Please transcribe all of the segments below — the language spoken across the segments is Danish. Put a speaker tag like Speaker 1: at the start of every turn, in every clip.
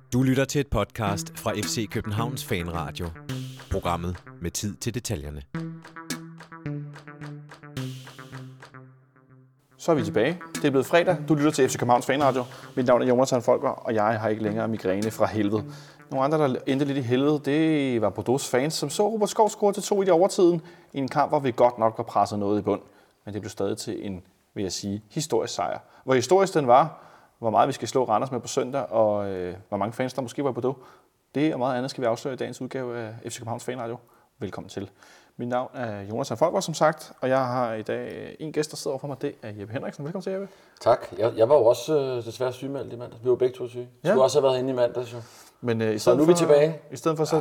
Speaker 1: Du lytter til et podcast fra FC Københavns Fanradio. Programmet med tid til detaljerne.
Speaker 2: Så er vi tilbage. Det er blevet fredag. Du lytter til FC Københavns Fanradio. Mit navn er Jonathan Folker, og jeg har ikke længere migræne fra helvede. Nogle andre, der endte lidt i helvede, det var Bordeaux' fans, som så Robert Skov score til 2 i overtiden i en kamp, hvor vi godt nok var presset noget i bund. Men det blev stadig til en, vil jeg sige, historisk sejr. Hvor historisk den var, hvor meget vi skal slå Randers med på søndag, og hvor mange fans der måske var på Bordeaux. Det og meget andet skal vi afsløre i dagens udgave af FC Københavns Fanradio. Velkommen til. Mit navn er Jonas Folker, som sagt, og jeg har i dag en gæst, der sidder overfor mig. Det er Jeppe Henriksen. Velkommen til, Jeppe.
Speaker 3: Tak. Jeg var jo også desværre sygemeldt i mandag. Vi var begge to syge. Ja. Skulle også have været inde i mandags, jo.
Speaker 2: Men
Speaker 3: så nu er vi tilbage.
Speaker 2: I stedet for,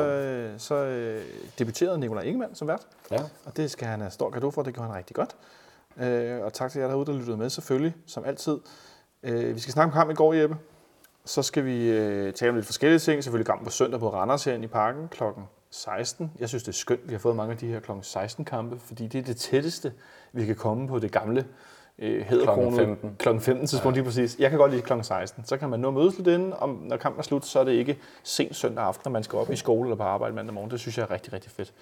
Speaker 2: så debuterede Nikolaj Ingemann som vært. Ja. Og det skal han have stor cadeau for. Det gjorde han rigtig godt. Og tak til jer derude, der lyttede med, selvfølgelig, som altid. Vi skal snakke om kampen i går, Jeppe. Så skal vi tale om lidt forskellige ting. Selvfølgelig kampen på søndag på Randers herinde i parken kl. 16. Jeg synes, det er skønt, vi har fået mange af de her kl. 16 kampe, fordi det er det tætteste, vi kan komme på det gamle hæderkrone. Kl. 15 tidspunkt, lige præcis. Jeg kan godt lide kl. 16. Så kan man nå mødes lidt inden, og når kampen er slut, så er det ikke sent søndag aften, når man skal op i skole eller på arbejde mandag morgen. Det synes jeg er rigtig, rigtig fedt.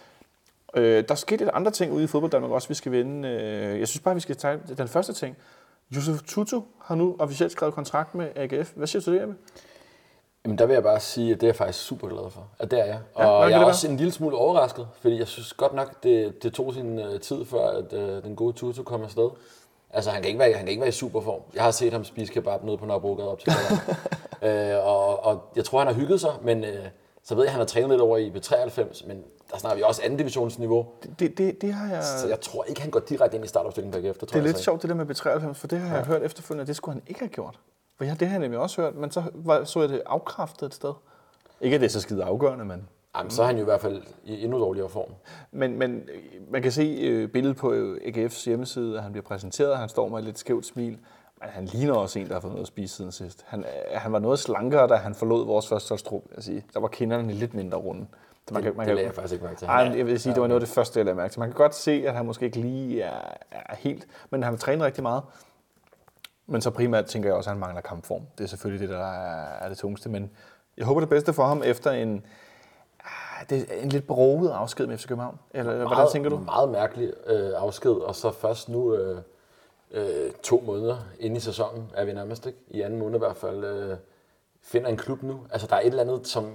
Speaker 2: Der skete lidt andre ting ude i fodbold, Danmark også, vi skal vende. Jeg synes bare, vi skal tage den første ting. Yusuf Tutu har nu officielt skrevet kontrakt med AGF. Hvad siger du til det, Jeppe?
Speaker 3: Jamen, der vil jeg bare sige, at det er jeg faktisk super glad for. At det er jeg. Og jeg er også en lille smule overrasket, fordi jeg synes godt nok, det tog sin tid før, at den gode Tutu kom afsted. Altså, han kan ikke være i superform. Jeg har set ham spise kebab nede på Nørrebrogade op til og jeg tror, han har hygget sig, men så ved jeg, at han har trænet lidt over i B93, men der snakker vi også anden divisionsniveau.
Speaker 2: Det har jeg...
Speaker 3: Så jeg tror ikke, han går direkte ind i startopstillingen bagefter.
Speaker 2: Det er lidt sjovt, det der med B93, for det har jeg hørt efterfølgende, at det skulle han ikke have gjort. For det har jeg nemlig også hørt, men så jeg det afkræftet et sted. Ikke at det er så skide afgørende, men...
Speaker 3: Jamen, så er han jo i hvert fald i endnu dårligere form.
Speaker 2: Men man kan se billedet på AGF's hjemmeside, at han bliver præsenteret, han står med et lidt skævt smil. Men han ligner også en, der har fået noget at spise siden sidst. Han var noget slankere, da han forlod vores førsteholdstrup. Der var kinderne lidt mindre runde.
Speaker 3: Det lagde jeg faktisk ikke mærke til.
Speaker 2: Nej, jeg vil sige, det var noget af det første, jeg lagde mærke til. Man kan godt se, at han måske ikke lige er helt... Men han træner rigtig meget. Men så primært tænker jeg også, at han mangler kampform. Det er selvfølgelig det, der er det tungeste. Men jeg håber det bedste for ham efter en lidt broget afsked med FC København. Eller hvordan tænker du?
Speaker 3: Meget mærkelig afsked, og så først nu 2 måneder inde i sæsonen er vi nærmest, ikke? I anden måned i hvert fald finder en klub nu. Altså der er et eller andet, som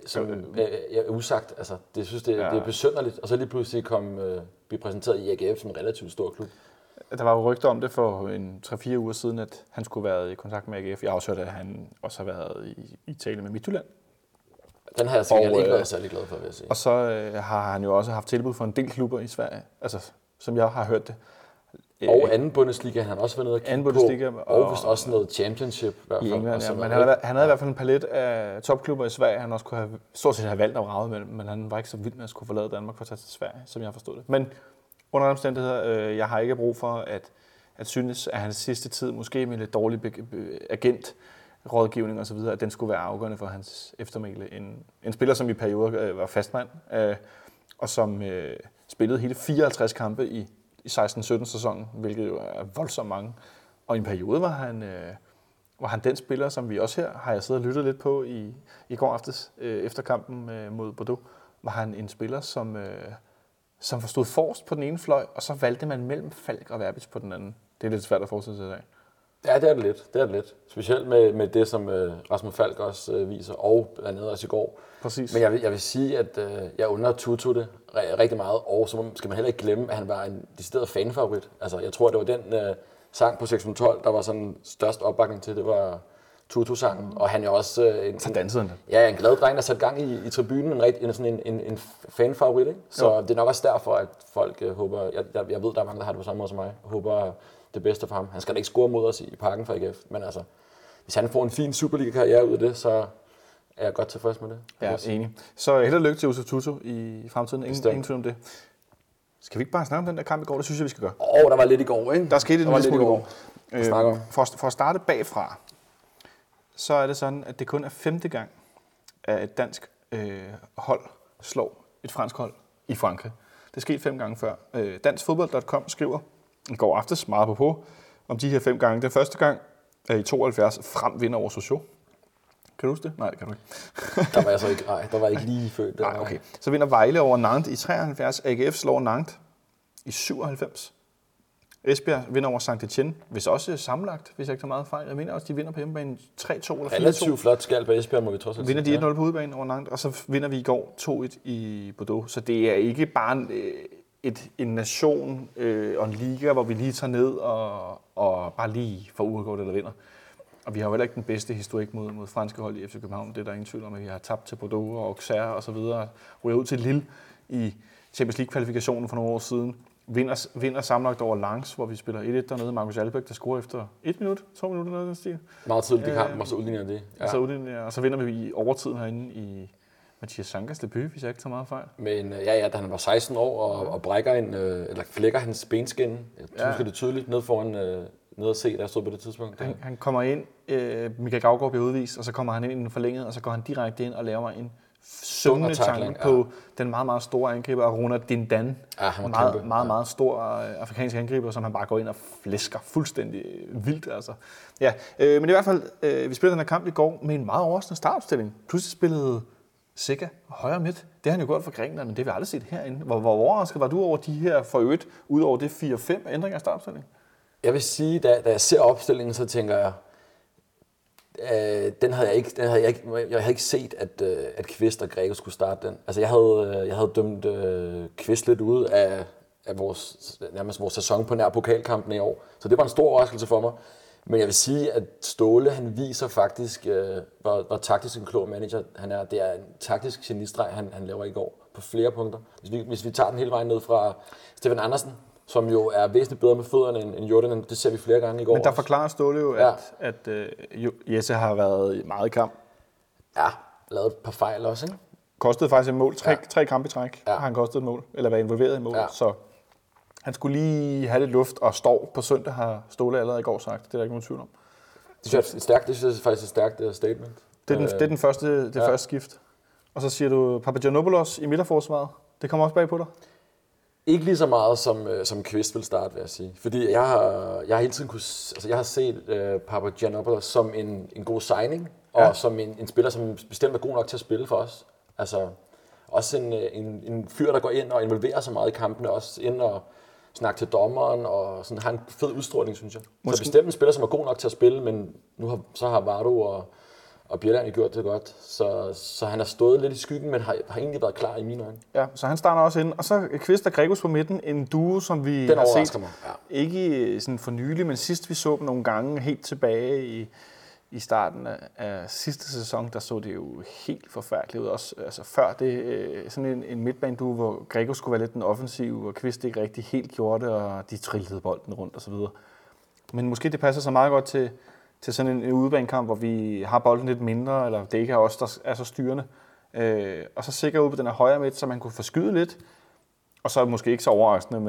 Speaker 3: er usagt. Altså det synes det er besynderligt, og så lige pludselig blive præsenteret i AGF som en relativt stor klub.
Speaker 2: Der var jo rygter om det for 3-4 uger siden, at han skulle have været i kontakt med AGF. Jeg har også hørt, at han også har været i tale med Midtjylland.
Speaker 3: Den har jeg sikkert ikke været særlig glad for, vil jeg sige.
Speaker 2: Og så har han jo også haft tilbud for en del klubber i Sverige, altså som jeg har hørt det.
Speaker 3: Og anden Bundesliga, han har også været nede og kigge på, og vist også noget Championship. I hvert fald,
Speaker 2: i England, ja. Men han havde i hvert fald en palet af topklubber i Sverige, han også kunne have stort set have valgt at vrage med, men han var ikke så vild med at skulle forlade Danmark for at tage til Sverige, som jeg forstod det. Men under omstændigheder, jeg har ikke brug for at synes, at hans sidste tid, måske med lidt dårlig agentrådgivning og så videre, at den skulle være afgørende for hans eftermæle. En spiller, som i perioder var fastmand, og som spillede hele 54 kampe i 16-17 sæsonen, hvilket jo er voldsomt mange. Og i en periode var han den spiller, som vi også her har jeg siddet og lyttet lidt på i går aftes efter kampen mod Bordeaux, var han en spiller, som forstod forrest på den ene fløj, og så valgte man mellem Falk og Verbitz på den anden. Det er lidt svært at forestille sig i dag.
Speaker 3: Ja, det er det lidt. Specielt med det, som Rasmus Falk også viser, og blandt andet også i går.
Speaker 2: Præcis.
Speaker 3: Men jeg vil sige, at jeg under Tutu det rigtig meget, og så skal man heller ikke glemme, at han var en decideret fanfavorit. Altså, jeg tror, det var den sang på 612, der var sådan størst opbakning til, det var Tutu-sangen, og han er også
Speaker 2: så dansede han.
Speaker 3: Ja, en glad dreng, der satte gang i tribunen, en fanfavorit, ikke? Så det er nok også derfor, at folk håber, jeg ved, der er mange, der har det på samme måde som mig, håber det bedste for ham. Han skal da ikke score mod os i parken for AGF, men altså, hvis han får en fin Superliga-karriere ud af det, så er jeg godt tilfreds med det.
Speaker 2: Ja, enig. Så held og lykke til Yusuf Tutu i fremtiden. Ingen tvivl om det. Skal vi ikke bare snakke om den der kamp i går? Det synes jeg, vi skal gøre.
Speaker 3: Der var lidt i går, ikke?
Speaker 2: Der skete lidt i går.
Speaker 3: For
Speaker 2: at starte bagfra, så er det sådan, at det kun er 5. gang, at et dansk hold slår et fransk hold i Frankrig. Det skete 5 gange før. Danskfodbold.com skriver i går aftes meget på om de her 5 gange. Den første gang i 72 frem vinder over Sochaux. Kan du huske det? Nej, kan du ikke.
Speaker 3: Der var jeg så ikke, der var ikke lige født.
Speaker 2: Nej, okay. Så vinder Vejle over Nantes i 73. AGF slår Nantes i 97. Esbjerg vinder over Saint-Etienne, hvis også sammenlagt, hvis jeg ikke tager meget fejl. Jeg mener også, de vinder på hjemmebane 3-2 eller 4-2.
Speaker 3: Relativt flot skal på Esbjerg, må vi trods alt
Speaker 2: vinder de 1-0 på udebane over Nantes, og så vinder vi i går 2-1 i Bordeaux. Så det er ikke bare en nation og en liga, hvor vi lige tager ned og bare lige får uafgjort eller vinder. Og vi har jo heller ikke den bedste historik mod franske hold i FC København. Det er der ingen tvivl om, at vi har tabt til Bordeaux og Auxerre og så videre. Ryger ud til Lille i Champions League-kvalifikationen for nogle år siden. Vinder sammenlagt over Lens, hvor vi spiller 1-1 dernede. Markus Albeck, der scorer efter 1 minut, 2 minutter, noget af den stil.
Speaker 3: Meget tidligt i kampen, og så udligner det.
Speaker 2: Ja. Og så vinder vi i overtiden herinde i Mathias Sankas debut, hvis jeg ikke tager meget fejl.
Speaker 3: Men da han var 16 år og brækker eller flækker hans benskin, jeg husker det tydeligt, ned at se, der stod på det tidspunkt.
Speaker 2: Han kommer ind, Michael Gaugaard bliver udvist, og så kommer han ind i den forlængede, og så går han direkte ind og laver en sømmende tanke på den meget, meget store angriber, Aruna Dindan. Ja, meget stor afrikansk angriber, som han bare går ind og flæsker fuldstændig vildt. Altså. Ja, men i hvert fald, vi spillede den her kamp i går med en meget overraskende startopstilling. Pludselig spillede Sikker højre midt. Det har han jo gjort for Grækenland, men det har vi aldrig set herinde. Hvor overrasket var du over de her for øvrigt, ud over det 4-5 ændringer af startopstillingen?
Speaker 3: Jeg vil sige, da jeg ser opstillingen, så tænker jeg, jeg havde ikke set, at Kvist og Gregor skulle starte den. Altså jeg havde dømt Kvist lidt ud af vores sæson på nær pokalkampen i år. Så det var en stor overraskelse for mig. Men jeg vil sige, at Ståle, han viser faktisk, hvor taktisk en klog manager han er. Det er en taktisk genistreg, han laver i går på flere punkter. Hvis vi tager den hele vejen ned fra Stefan Andersen, som jo er væsentligt bedre med fødderne end Jordan, det ser vi flere gange i går.
Speaker 2: Men der forklarer Ståle jo, at Jesse har været meget i kamp.
Speaker 3: Ja, lavet et par fejl også, ikke?
Speaker 2: Kostede faktisk et mål. Tre kampe i træk har han kostet et mål, eller været involveret i mål. Ja. Så han skulle lige have lidt luft og står på søndag, har Ståle allerede i går sagt. Det er der ikke nogen tvivl om.
Speaker 3: Det synes jeg faktisk et stærkt statement.
Speaker 2: Det er den første skift. Og så siger du Papagiannopoulos i midterforsvaret. Det kommer også bag på dig?
Speaker 3: Ikke lige så meget som Kvist vil starte, vil jeg sige. Fordi jeg har hele tiden jeg har set Papagiannopoulos som en god signing, og som en spiller, som bestemt er god nok til at spille for os. Altså også en fyr, der går ind og involverer sig meget i kampene, også ind og snakke til dommeren, og sådan har en fed udstråling, synes jeg. Måske. Så bestemt en spiller, som er god nok til at spille, men så har Vardo og Bjelland gjort det godt. Så han har stået lidt i skyggen, men har egentlig været klar i mine øjne.
Speaker 2: Ja, så han starter også ind. Og så Kvist og Gregos på midten, en duo, som vi
Speaker 3: har
Speaker 2: set, ikke sådan for nylig, men sidst vi så dem nogle gange helt tilbage i starten af sidste sæson, der så det jo helt forfærdeligt ud. Også, altså før det, sådan en midtbaneduo, hvor Gregos skulle være lidt den offensive, og Kvist ikke rigtig helt gjorde det, og de trillede bolden rundt og så videre. Men måske det passer så meget godt til sådan en udebanekamp, hvor vi har bolden lidt mindre, eller det ikke er os, der er så styrende. Og så sikker ud på den her højre midt, så man kunne forskyde lidt. Og så måske ikke så overraskende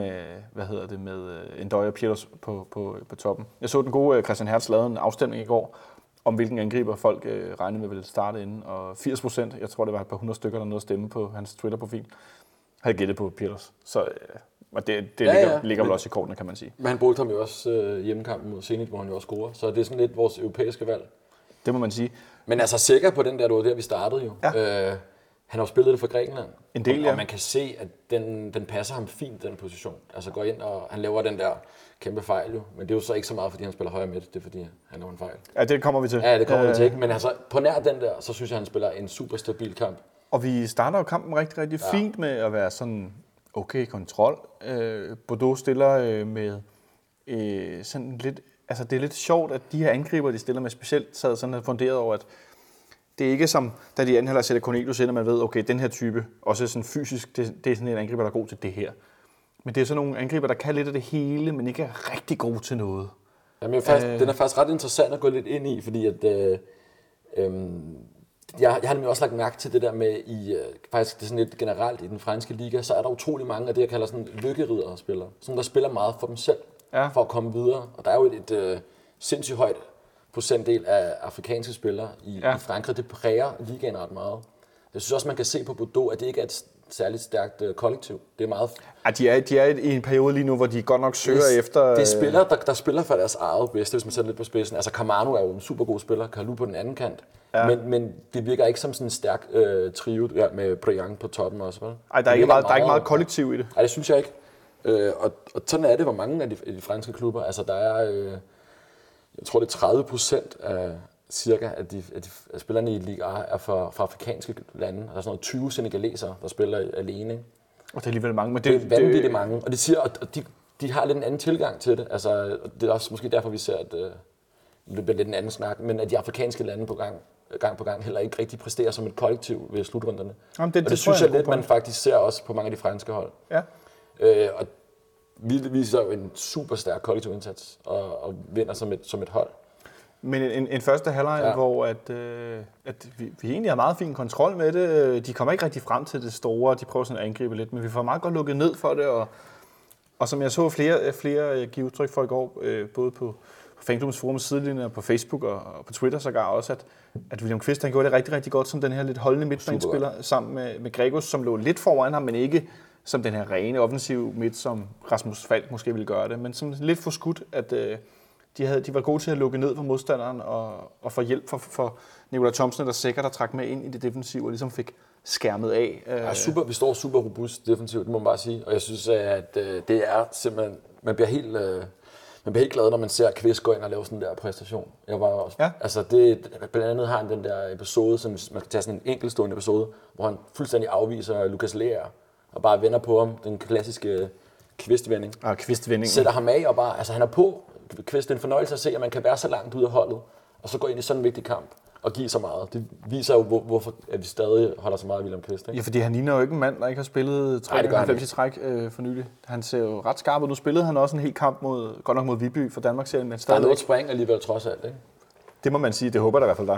Speaker 2: med Endøj og Pieters på toppen. Jeg så den gode Christian Hertz lavede en afstemning i går, om hvilken angriber folk regnede med ville starte inden. Og 80%, jeg tror det var et par 100 stykker, der nåede at stemme på hans Twitter-profil, havde gættet på Pieters. Så og det ligger vel også i kortene, kan man sige. Men
Speaker 3: han brugte ham jo også hjemmekampen mod Zenit, hvor han jo også scorer. Så det er sådan lidt vores europæiske valg.
Speaker 2: Det må man sige.
Speaker 3: Men altså sikker på den der vi startede jo. Ja. Han har jo spillet det for Grækenland.
Speaker 2: En del,
Speaker 3: og man kan se, at den passer ham fint, den position. Altså går ind, og han laver den der kæmpe fejl jo. Men det er jo så ikke så meget, fordi han spiller højre midt. Det er fordi, han laver en fejl.
Speaker 2: Ja, det kommer vi til.
Speaker 3: Ja, det kommer vi til. Ikke? Men altså, på nær den der, så synes jeg, han spiller en super stabil kamp.
Speaker 2: Og vi starter jo kampen rigtig, rigtig fint med at være sådan okay kontrol. Bordeaux stiller med sådan lidt... Altså, det er lidt sjovt, at de her angriber, de stiller med specielt, sad sådan funderet over, at det er ikke som, da de anden halvleg sætter Cornelius ind, og man ved, okay, den her type, også sådan fysisk, det er sådan en angriber, der er god til det her. Men det er sådan nogle angriber, der kan lidt af det hele, men ikke er rigtig gode til noget.
Speaker 3: Jamen, den er faktisk ret interessant at gå lidt ind i, fordi at... Jeg har nemlig også lagt mærke til det der med, faktisk det er sådan lidt generelt i den franske liga, så er der utrolig mange af det, jeg kalder sådan lykkeriddere-spillere. Sådan der spiller meget for dem selv, for at komme videre. Og der er jo et sindssygt højt procentdel af afrikanske spillere i Frankrig. Det præger ligaen ret meget. Jeg synes også, man kan se på Bordeaux, at det ikke er særligt stærkt kollektiv. Det er meget...
Speaker 2: Ja, de er i en periode lige nu, hvor de godt nok søger efter...
Speaker 3: Det er spillere, der spiller for deres eget bedste, hvis man sætter lidt på spidsen. Altså Camano er jo en super god spiller, Kalou på den anden kant. Ja. Men det virker ikke som sådan en stærk trio med Briand på toppen også, vel?
Speaker 2: Nej, der er ikke meget kollektiv i det.
Speaker 3: Nej, det synes jeg ikke. Og sådan er det, hvor mange af de franske klubber. Altså der er, jeg tror det er 30% af cirka af spillerne i Ligue A er fra afrikanske lande. Der er sådan noget 20 senegalesere, der spiller alene.
Speaker 2: Og det er alligevel mange. Men
Speaker 3: det er vanvittigt mange. Og det siger, at de har lidt en anden tilgang til det. Altså, det er også måske derfor, vi ser, at det bliver lidt en anden snak, men at de afrikanske lande gang på gang heller ikke rigtig præsterer som et kollektiv ved slutrunderne.
Speaker 2: Jamen,
Speaker 3: det synes jeg lidt, man faktisk ser også på mange af de franske hold.
Speaker 2: Ja.
Speaker 3: Og vi viser jo en super stærk kollektiv indsats og vinder som et hold.
Speaker 2: Men en første halvleg, hvor at vi egentlig har meget fin kontrol med det. De kommer ikke rigtig frem til det store, de prøver sådan at angribe lidt, men vi får meget godt lukket ned for det. Og som jeg så flere give udtryk for i går, både på Fanklubbens Forums sidelinje og på Facebook og på Twitter sågar også, at William Kvist han gjorde det rigtig, rigtig godt som den her lidt holdende midtbanespiller sammen med Gregos, som lå lidt foran ham, men ikke som den her rene offensiv midt, som Rasmus Falk måske ville gøre det, men som lidt for skudt, at de var gode til at lukke ned for modstanderen og få hjælp for Nicolai Thomsen, der sikkert der trak med ind i det defensive og ligesom fik skærmet af.
Speaker 3: Ja, vi står super robust defensivt, det må man bare sige. Og jeg synes, at det er simpelthen... Man bliver helt glad, når man ser Kvist gå ind og lave sådan der præstation. Jeg var også... Ja. Altså, blandt andet har han den der episode, som man kan tage sådan en enkeltstående episode, hvor han fuldstændig afviser Lukas Lea og bare vender på ham, den klassiske Kvist-vending.
Speaker 2: Kvist-vending.
Speaker 3: Sætter ham af og bare... Altså, han er på. Kvist, det er en fornøjelse at se, at man kan være så langt ud af holdet, og så gå ind i sådan en vigtig kamp og give så meget. Det viser jo, hvorfor at vi stadig holder så meget af William Kvist. Ikke?
Speaker 2: Ja, fordi han ligner jo ikke en mand, der ikke har spillet 93 i træk for nylig. Han ser jo ret skarp ud. Nu spillede han også en hel kamp godt nok mod Viby for Danmarksserien. Men
Speaker 3: der er noget spring alligevel trods alt, ikke?
Speaker 2: Det må man sige. Det håber der i hvert fald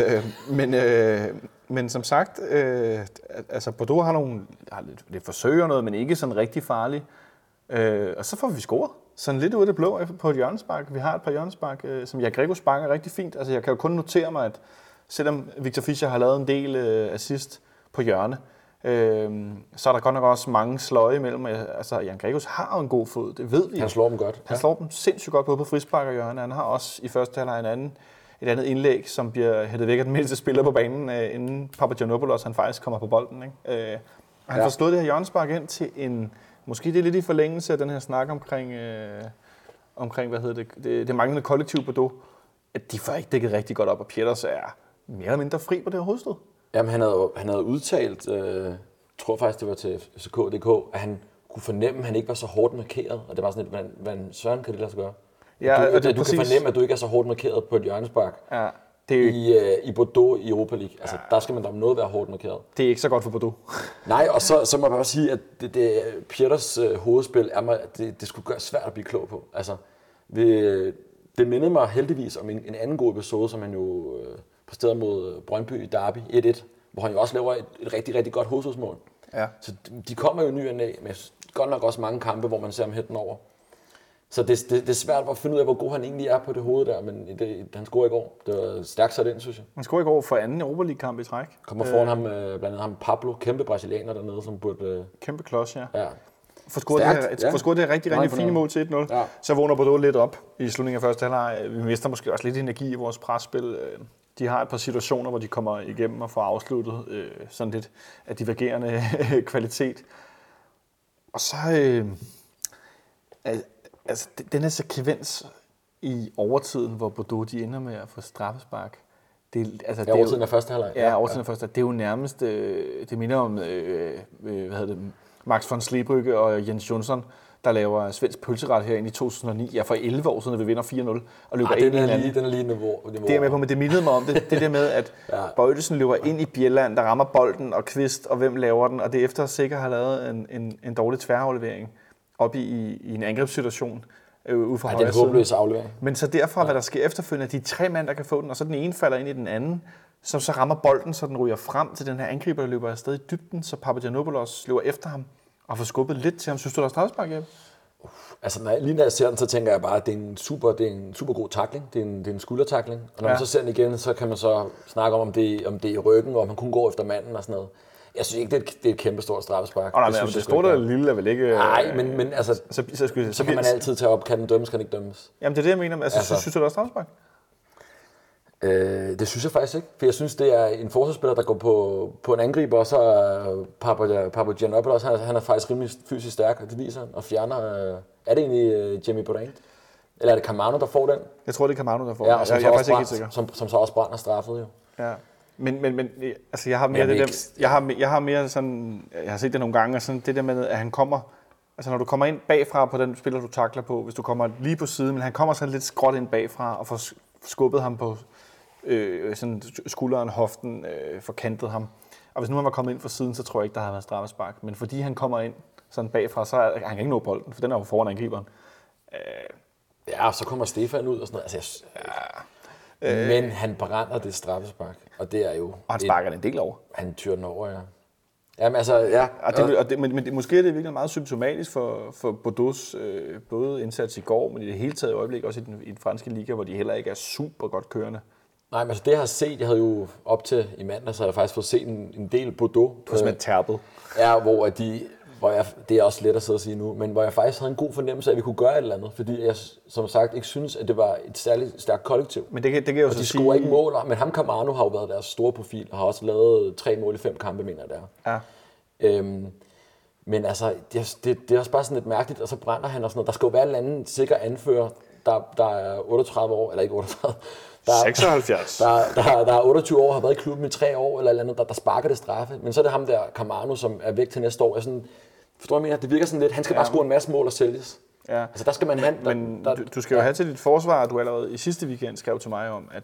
Speaker 2: der. Men som sagt, altså Bordeaux har lidt forsøg og noget, men ikke sådan rigtig farligt. Og så får vi score. Sådan lidt ud af det blå på et hjørnespark. Vi har et par hjørnespark, som Jan Grego sparker rigtig fint. Altså jeg kan jo kun notere mig, at selvom Victor Fischer har lavet en del assist på hjørne, så er der godt nok også mange sløje imellem. Altså Jan Gregos har jo en god fod, det ved vi.
Speaker 3: Han slår dem godt.
Speaker 2: Han slår dem sindssygt godt både på frispark og hjørne. Han har også i første halvleg et andet indlæg, som bliver hættet væk af den mindste spiller på banen, inden Papagiannopoulos han faktisk kommer på bolden. Ikke? Og han får slået det her hjørnespark ind til en... Måske det er lidt i forlængelse af den her snak omkring hvad hedder det manglende kollektiv Bordeaux, at de får ikke dækket rigtig godt op, og Pieters er mere eller mindre fri på det her hovedstød.
Speaker 3: Jamen han havde udtalt, tror faktisk det var til FCK.dk, at han kunne fornemme, at han ikke var så hårdt markeret, og det var sådan lidt, hvad Søren kan det lade sig gøre?
Speaker 2: Ja,
Speaker 3: du kan fornemme, at du ikke er så hårdt markeret på et hjørnespark.
Speaker 2: Ja.
Speaker 3: I Bordeaux i Europa League. Altså, der skal man da om noget være hårdt markeret.
Speaker 2: Det er ikke så godt for Bordeaux.
Speaker 3: Nej, og så må jeg bare sige, at Pieters hovedspil det skulle gøre svært at blive klog på. Altså, det mindede mig heldigvis om en anden god episode, som han jo præsterede mod Brøndby i Derby 1-1, hvor han jo også laver et rigtig, rigtig godt hovedstødsmål. Ja. Så de kommer jo ny og næ, med godt nok også mange kampe, hvor man ser ham hætte den over. Så det er svært at finde ud af, hvor god han egentlig er på det hoved der, men han scorede i går. Det var stærkt sat ind, synes jeg.
Speaker 2: Han scorede i går for anden Europa League-kamp i træk.
Speaker 3: Kommer foran ham, blandt andet ham Pablo, kæmpe brasilianer dernede, som burde...
Speaker 2: Kæmpe klods, ja.
Speaker 3: For
Speaker 2: scoret det rigtig, rigtig fine mål til 1-0. Ja. Så vågner Bordeaux lidt op i slutningen af første halvleg. Vi mister måske også lidt energi i vores presspil. De har et par situationer, hvor de kommer igennem og får afsluttet sådan lidt af divergerende kvalitet. Og så... Altså, den her sekvens i overtiden, hvor Bordeaux de ender med at få straffespark.
Speaker 3: Overtiden af første halvleg.
Speaker 2: Ja, overtiden af første halvleg. Det er jo nærmest, det minder om, Max von Slebrugge og Jens Jonsson, der laver svensk pølseret herinde i 2009. Ja, for 11 år siden, at vi vinder 4-0 og løber ind i hinanden.
Speaker 3: Den er lige niveau.
Speaker 2: Det er med på, men det mindede mig om det der med, at Bøjlesen løber ind i Bjelland, der rammer bolden og Kvist, og hvem laver den, og det efter sikkert har lavet en dårlig tværaflevering op i en angrebssituation ude for højre side.
Speaker 3: Det er en håbløs aflevering.
Speaker 2: Men så derfra, hvad der sker efterfølgende, de 3 mænd, der kan få den, og så den ene falder ind i den anden, som så rammer bolden, så den ryger frem til den her angriber, der løber afsted i dybden, så Papagiannopoulos løber efter ham og får skubbet lidt til ham. Synes du, der er straffespark, Jeppe?
Speaker 3: Altså, når jeg ser den, så tænker jeg bare, at det er en super god tackling. Det er en skuldertackling. Og når man så ser den igen, så kan man så snakke om det er i ryggen, og man kun går efter manden og sådan noget. Jeg synes ikke, det er et kæmpe stort straffespark.
Speaker 2: Nej, men det store eller lille er vel ikke...
Speaker 3: Nej, men altså, så kan man altid tage op, kan den dømmes, kan den ikke dømmes.
Speaker 2: Jamen det er det, jeg mener. Altså, synes du, det er straffespark?
Speaker 3: Det synes jeg faktisk ikke, for jeg synes, det er en forsvarsspiller, der går på en angriber, og så er Papagiannopoulos, han er faktisk rimelig fysisk stærk, og det viser han, og fjerner... Er det egentlig Jamie Brandt? Eller er det Camano, der får den?
Speaker 2: Jeg tror, det er Camano, der får
Speaker 3: den.
Speaker 2: Ja, jeg er faktisk ikke helt sikker.
Speaker 3: Som så også brænder straffet, jo.
Speaker 2: Ja. Men altså, jeg har mere det der... Jeg har mere sådan... Jeg har set det nogle gange, og sådan det der med, at han kommer... Altså, når du kommer ind bagfra på den spiller, du takler på, hvis du kommer lige på siden, men han kommer sådan lidt skråt ind bagfra, og får skubbet ham på sådan skulderen, hoften, forkantet ham. Og hvis nu han var kommet ind fra siden, så tror jeg ikke, der havde været straffespark. Men fordi han kommer ind sådan bagfra, så han kan ikke nå bolden, for den er jo foran angriberen.
Speaker 3: Ja, så kommer Stefan ud og sådan noget. Altså, men han brænder det straffespark, og det er jo...
Speaker 2: Og han sparker en del over.
Speaker 3: Han tyrer den over, ja. Jamen altså, ja.
Speaker 2: Men måske er det virkelig meget symptomatisk for Bordeaux både indsats i går, men i det hele taget i øjeblik også i den franske liga, hvor de heller ikke er super godt kørende.
Speaker 3: Nej, men altså det jeg har set, jeg havde jo op til i mandag, så har jeg faktisk fået set en del Bordeaux.
Speaker 2: Du har simpelthen tærpet.
Speaker 3: Ja, det er også let at sidde og sige nu, men hvor jeg faktisk havde en god fornemmelse af, at vi kunne gøre et eller andet, fordi jeg som sagt ikke synes, at det var et særligt stærkt kollektiv.
Speaker 2: Men det kan jo
Speaker 3: og
Speaker 2: så
Speaker 3: de
Speaker 2: sige...
Speaker 3: scorer ikke mål, men ham Camano har jo været deres store profil, og har også lavet 3 mål i 5 kampe, mener jeg der.
Speaker 2: Ja.
Speaker 3: Men altså, det er også bare sådan lidt mærkeligt, og så brænder han og sådan noget. Der skal jo være en eller anden sikker anfører, der er 38 år, eller ikke 38,
Speaker 2: 76.
Speaker 3: Der er 28 år, har været i klubben i 3 år, eller andet, der sparker det straffe. Men så er det ham der, Camano, som er væk til næste år. Forstår du, hvad jeg mener? Det virker sådan lidt, han skal bare score en masse mål og sælges.
Speaker 2: Ja.
Speaker 3: Altså der skal man have...
Speaker 2: Men du skal jo have til dit forsvar, at du allerede i sidste weekend skrev til mig om,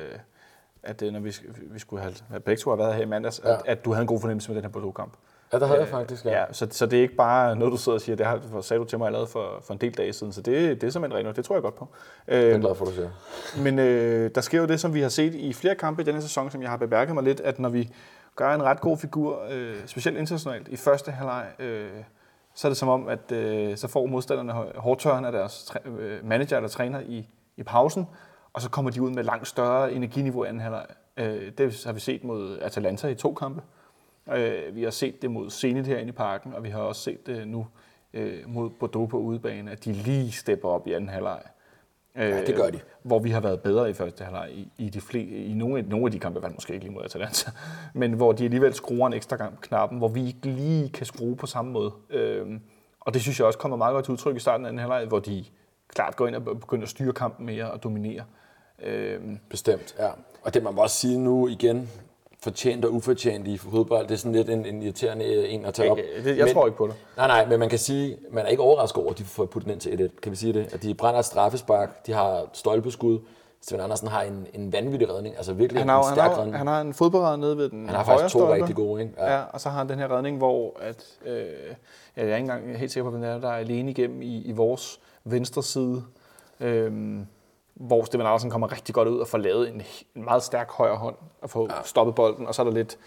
Speaker 2: at når vi skulle have begge to have været her i mandags, at du havde en god fornemmelse med den her Bordeaux-kamp.
Speaker 3: Ja, det havde jeg faktisk, ja.
Speaker 2: Så det er ikke bare noget, du sidder og siger, det sagde du til mig allerede for en del dage siden, så det er simpelthen rent, det tror jeg godt på.
Speaker 3: Jeg er glad for, du siger.
Speaker 2: Men der sker jo det, som vi har set i flere kampe i denne sæson, som jeg har bemærket mig lidt, at når vi gør en ret god figur, specielt internationalt, i første halvleg, så er det som om, at så får modstanderne hårdtørren af deres manager eller træner i pausen, og så kommer de ud med langt større energiniveau i anden halvleg. Det har vi set mod Atalanta i 2 kampe. Vi har set det mod Zenit herinde i parken, og vi har også set det nu mod Bordeaux på udebane, at de lige stepper op i anden halvleg.
Speaker 3: Ja, det gør de.
Speaker 2: Hvor vi har været bedre i første halvleg i nogle af de kampe, var måske ikke lige mod Atalanta, men hvor de alligevel skruer en ekstra gang på knappen, hvor vi ikke lige kan skrue på samme måde. Og det synes jeg også kommer meget godt til udtryk i starten af anden halvleg, hvor de klart går ind og begynder at styre kampen mere og dominere.
Speaker 3: Bestemt, ja. Og det man må også sige nu igen, fortjent og ufortjent i fodbold, det er sådan lidt en irriterende en at tage op.
Speaker 2: Jeg tror ikke på det.
Speaker 3: Nej, men man kan sige, man er ikke overrasket over, at de får puttet den ind til 1-1. Kan vi sige det? At de brænder et straffespark, de har stolpeskud. Steven Andersen har en vanvittig redning, altså virkelig en stærk redning.
Speaker 2: Han har en fodboldredning nede ved den højre stolpe.
Speaker 3: Han har faktisk 2 rigtig gode, ikke?
Speaker 2: Ja, og så har han den her redning, hvor at, jeg er ikke engang helt sikker på, hvem der er alene igennem i vores venstre side. Hvor Steven Andersen kommer rigtig godt ud og får lavet en meget stærk højre hånd og får stoppet bolden, og så er der lidt,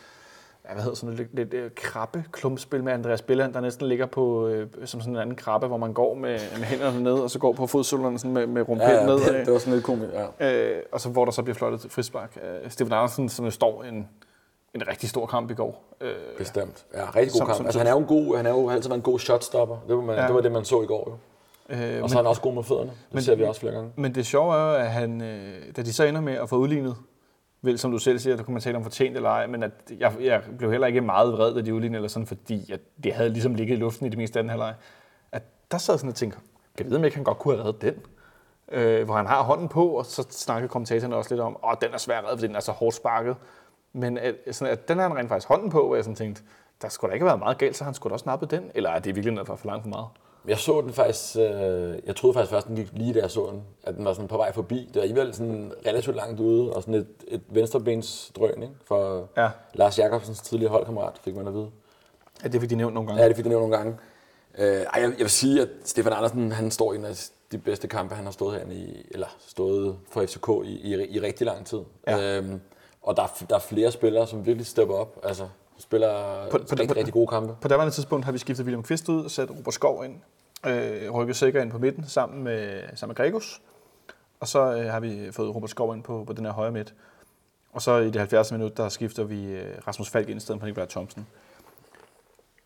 Speaker 2: lidt krabbe klumpspil med Andreas Billand, der næsten ligger på som sådan en anden krabbe, hvor man går med hænderne ned, og så går på fodsålerne sådan med rumpetten ned.
Speaker 3: Det var sådan lidt komisk,
Speaker 2: og så hvor der så bliver fløjtet til frispark. Steven Andersen, som står en rigtig stor kamp i går.
Speaker 3: Bestemt. Ja, rigtig god kamp. Altså, han har jo altid været en god shotstopper. Det var det, man så i går jo. Og så er han også god med fødderne. Det ser vi også flere gange.
Speaker 2: Men det sjove er jo, at han, da de så ender med at få udlignet, vel, som du selv siger, der kunne man tale om fortjent eller ej, men at jeg blev heller ikke meget vred, da de udlignede, eller sådan, fordi at det havde ligesom ligget i luften i det meste anden halvleg. At der sad sådan og tænkte, kan jeg vide, om ikke han godt kunne have reddet den? Hvor han har hånden på, og så snakker kommentatorerne også lidt om, den er svær at redde, fordi den er så hårdt sparket. Men at den har han rent faktisk hånden på, hvor jeg sådan tænkte, der skulle da ikke have været meget galt, så han skulle da også nappe den, eller er det virkelig noget for langt for meget?
Speaker 3: Jeg så den faktisk, jeg troede faktisk først, den gik lige da jeg så den, at den var sådan på vej forbi. Det var alligevel sådan relativt langt ude, og sådan et venstrebensdrøn, ikke? For Lars Jakobsens tidligere holdkammerat, fik man at vide.
Speaker 2: Ja, det fik de nævnt nogle gange.
Speaker 3: Ja, det fik de nævnt nogle gange. Jeg vil sige, at Stefan Andersen, han står i en af de bedste kampe, han har stået herinde stået for FCK i rigtig lang tid. Ja. Og der er flere spillere, som virkelig stepper op, altså spiller rigtig gode kampe.
Speaker 2: På daværende tidspunkt har vi skiftet William Kvist ud og sat Robert Skov ind, rykket Sikker ind på midten sammen med Gregus, og så har vi fået Robert Skov ind på den her højre midt. Og så i det 70. minut, der skifter vi Rasmus Falk ind i stedet for Nikolaj Thomsen.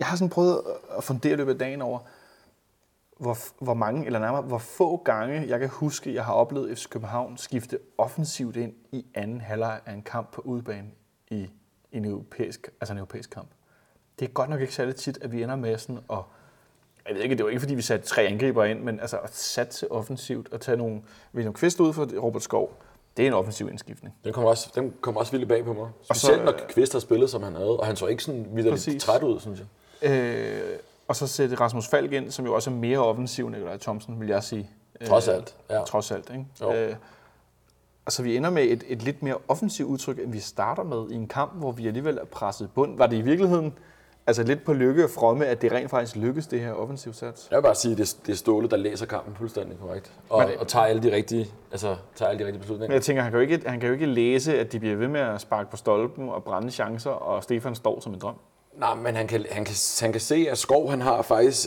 Speaker 2: Jeg har sådan prøvet at fundere løbet af dagen over, hvor mange, eller nærmere, hvor få gange jeg kan huske, jeg har oplevet FC København skifte offensivt ind i anden halvleg af en kamp på udebane i en europæisk kamp. Det er godt nok ikke særlig tit, at vi ender med sådan at, jeg ved ikke, det var ikke fordi vi satte 3 angriber ind, men altså at satse offensivt og tage nogle Kvist ud for Robert Skov. Det er en offensiv indskiftning.
Speaker 3: Den kom også vildt bag på mig. Specielt når Kvist har spillet, som han havde, og han så ikke sådan vildt træt ud, synes jeg.
Speaker 2: Og så sætte Rasmus Falk ind, som jo også er mere offensiv end Nikolaj Thomsen, vil jeg sige.
Speaker 3: Trods alt. Ja.
Speaker 2: Trods alt, ikke? Altså vi ender med et lidt mere offensivt udtryk, end vi starter med i en kamp, hvor vi alligevel er presset bund. Var det i virkeligheden altså lidt på lykke og fromme, at det rent faktisk lykkes, det her offensivt sats?
Speaker 3: Jeg vil bare sige, at det er Ståle, der læser kampen fuldstændig korrekt. Og tager alle de rigtige beslutninger. Men
Speaker 2: jeg tænker, han kan jo ikke læse, at de bliver ved med at sparke på stolpen og brænde chancer, og Stefan står som en drøm.
Speaker 3: Nej, men han kan se, at Skov han har faktisk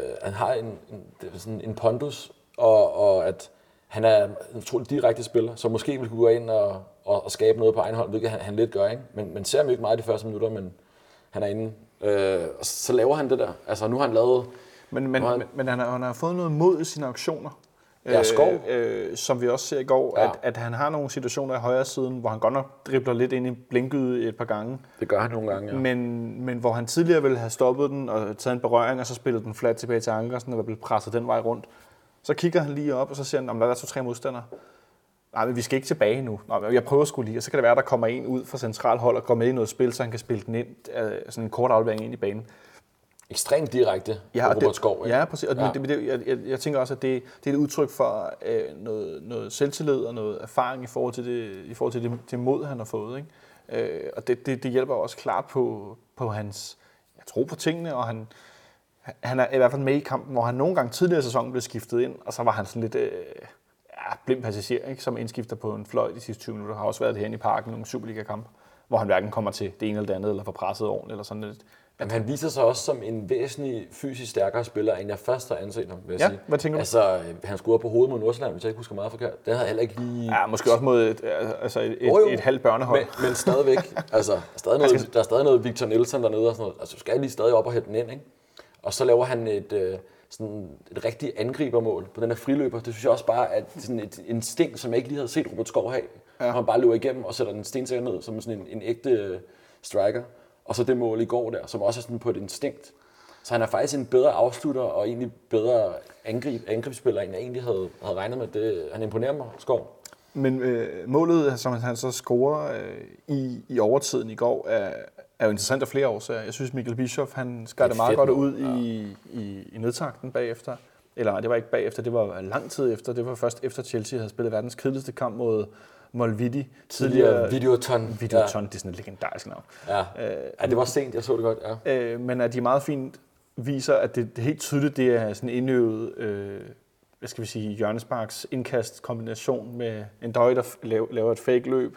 Speaker 3: en pondus, og at han er en utrolig direkte spiller, så måske vil kunne gå ind og skabe noget på egen hånd, hvilket han lidt gør, ikke? Men ser ham jo ikke meget de første minutter, men han er inde. Så laver han det der. Altså nu har han lavet...
Speaker 2: Men han har fået noget mod i sine aktioner.
Speaker 3: Ja, Skov.
Speaker 2: Som vi også ser i går, ja. at han har nogle situationer i højre siden, hvor han godt nok dribler lidt ind i blinkyde et par gange.
Speaker 3: Det gør han nogle gange, ja.
Speaker 2: Men hvor han tidligere ville have stoppet den og taget en berøring, og så spillet den flat tilbage til Ankersen, og var blevet presset den vej rundt. Så kigger han lige op, og så siger han, der er 2-3 modstandere. Nej, men vi skal ikke tilbage nu. Nej, jeg prøver sgu lige, og så kan det være, at der kommer en ud fra centralhold og går med i noget spil, så han kan spille den ind, sådan en kort aflevering ind i banen.
Speaker 3: Ekstremt direkte på Robert Skov.
Speaker 2: Ja, præcis. Og jeg tænker også, at det er et udtryk for noget selvtillid og noget erfaring i forhold til det mod, han har fået. Ikke? Og det hjælper også klart på hans tro på tingene, og han er i hvert fald med i kampen, hvor han nogle gange tidligere i sæsonen blev skiftet ind, og så var han sådan lidt blind passager, ikke? Som indskifter på en fløj de sidste 20 minutter. Har også været det her i parken i nogle Superliga-kampe, hvor han hverken kommer til det ene eller det andet, eller får presset ordentligt, eller sådan lidt.
Speaker 3: Jamen, han viser sig også som en væsentlig fysisk stærkere spiller, end jeg først har anset ham, vil jeg sige.
Speaker 2: Hvad tænker du?
Speaker 3: Altså, han scorer på hovedet mod Nordsjælland, hvis jeg ikke husker meget forkert. Det havde jeg heller ikke lige...
Speaker 2: Ja, måske også mod et halvt børnehold.
Speaker 3: Men stadigvæk. Altså, der er stadig noget Victor Nielsen dernede og sådan noget. Altså, du skal lige stadig op og hætte den ind, ikke? Og så laver han et rigtigt angribermål på den her friløber. Det synes jeg også bare er sådan et instinkt, som jeg ikke lige havde set Robert Skov have. Ja. Han bare løber igennem og sætter den stensikker ned som sådan en ægte striker. Og så det mål i går der, som også er sådan på et instinkt. Så han er faktisk en bedre afslutter og egentlig bedre angrebsspiller, end jeg egentlig havde regnet med. Han imponerer mig, Skov.
Speaker 2: Men målet, som han så scorer i overtiden i går, er jo interessant af flere årsager. Jeg synes, Mikkel Bischoff, han skar det meget godt ud i nedtakten bagefter. Eller det var ikke bagefter, det var lang tid efter. Det var først efter Chelsea havde spillet verdens kedeligste kamp mod Molvidi.
Speaker 3: Tidligere Videoton.
Speaker 2: Videoton, det er sådan et legendarisk navn.
Speaker 3: Ja, det var sent, jeg så det godt, ja.
Speaker 2: Men at de meget fint viser, at det helt tydeligt, det er sådan en indøvet, hjørnesparks indkast kombination med en døj, der laver et fake løb.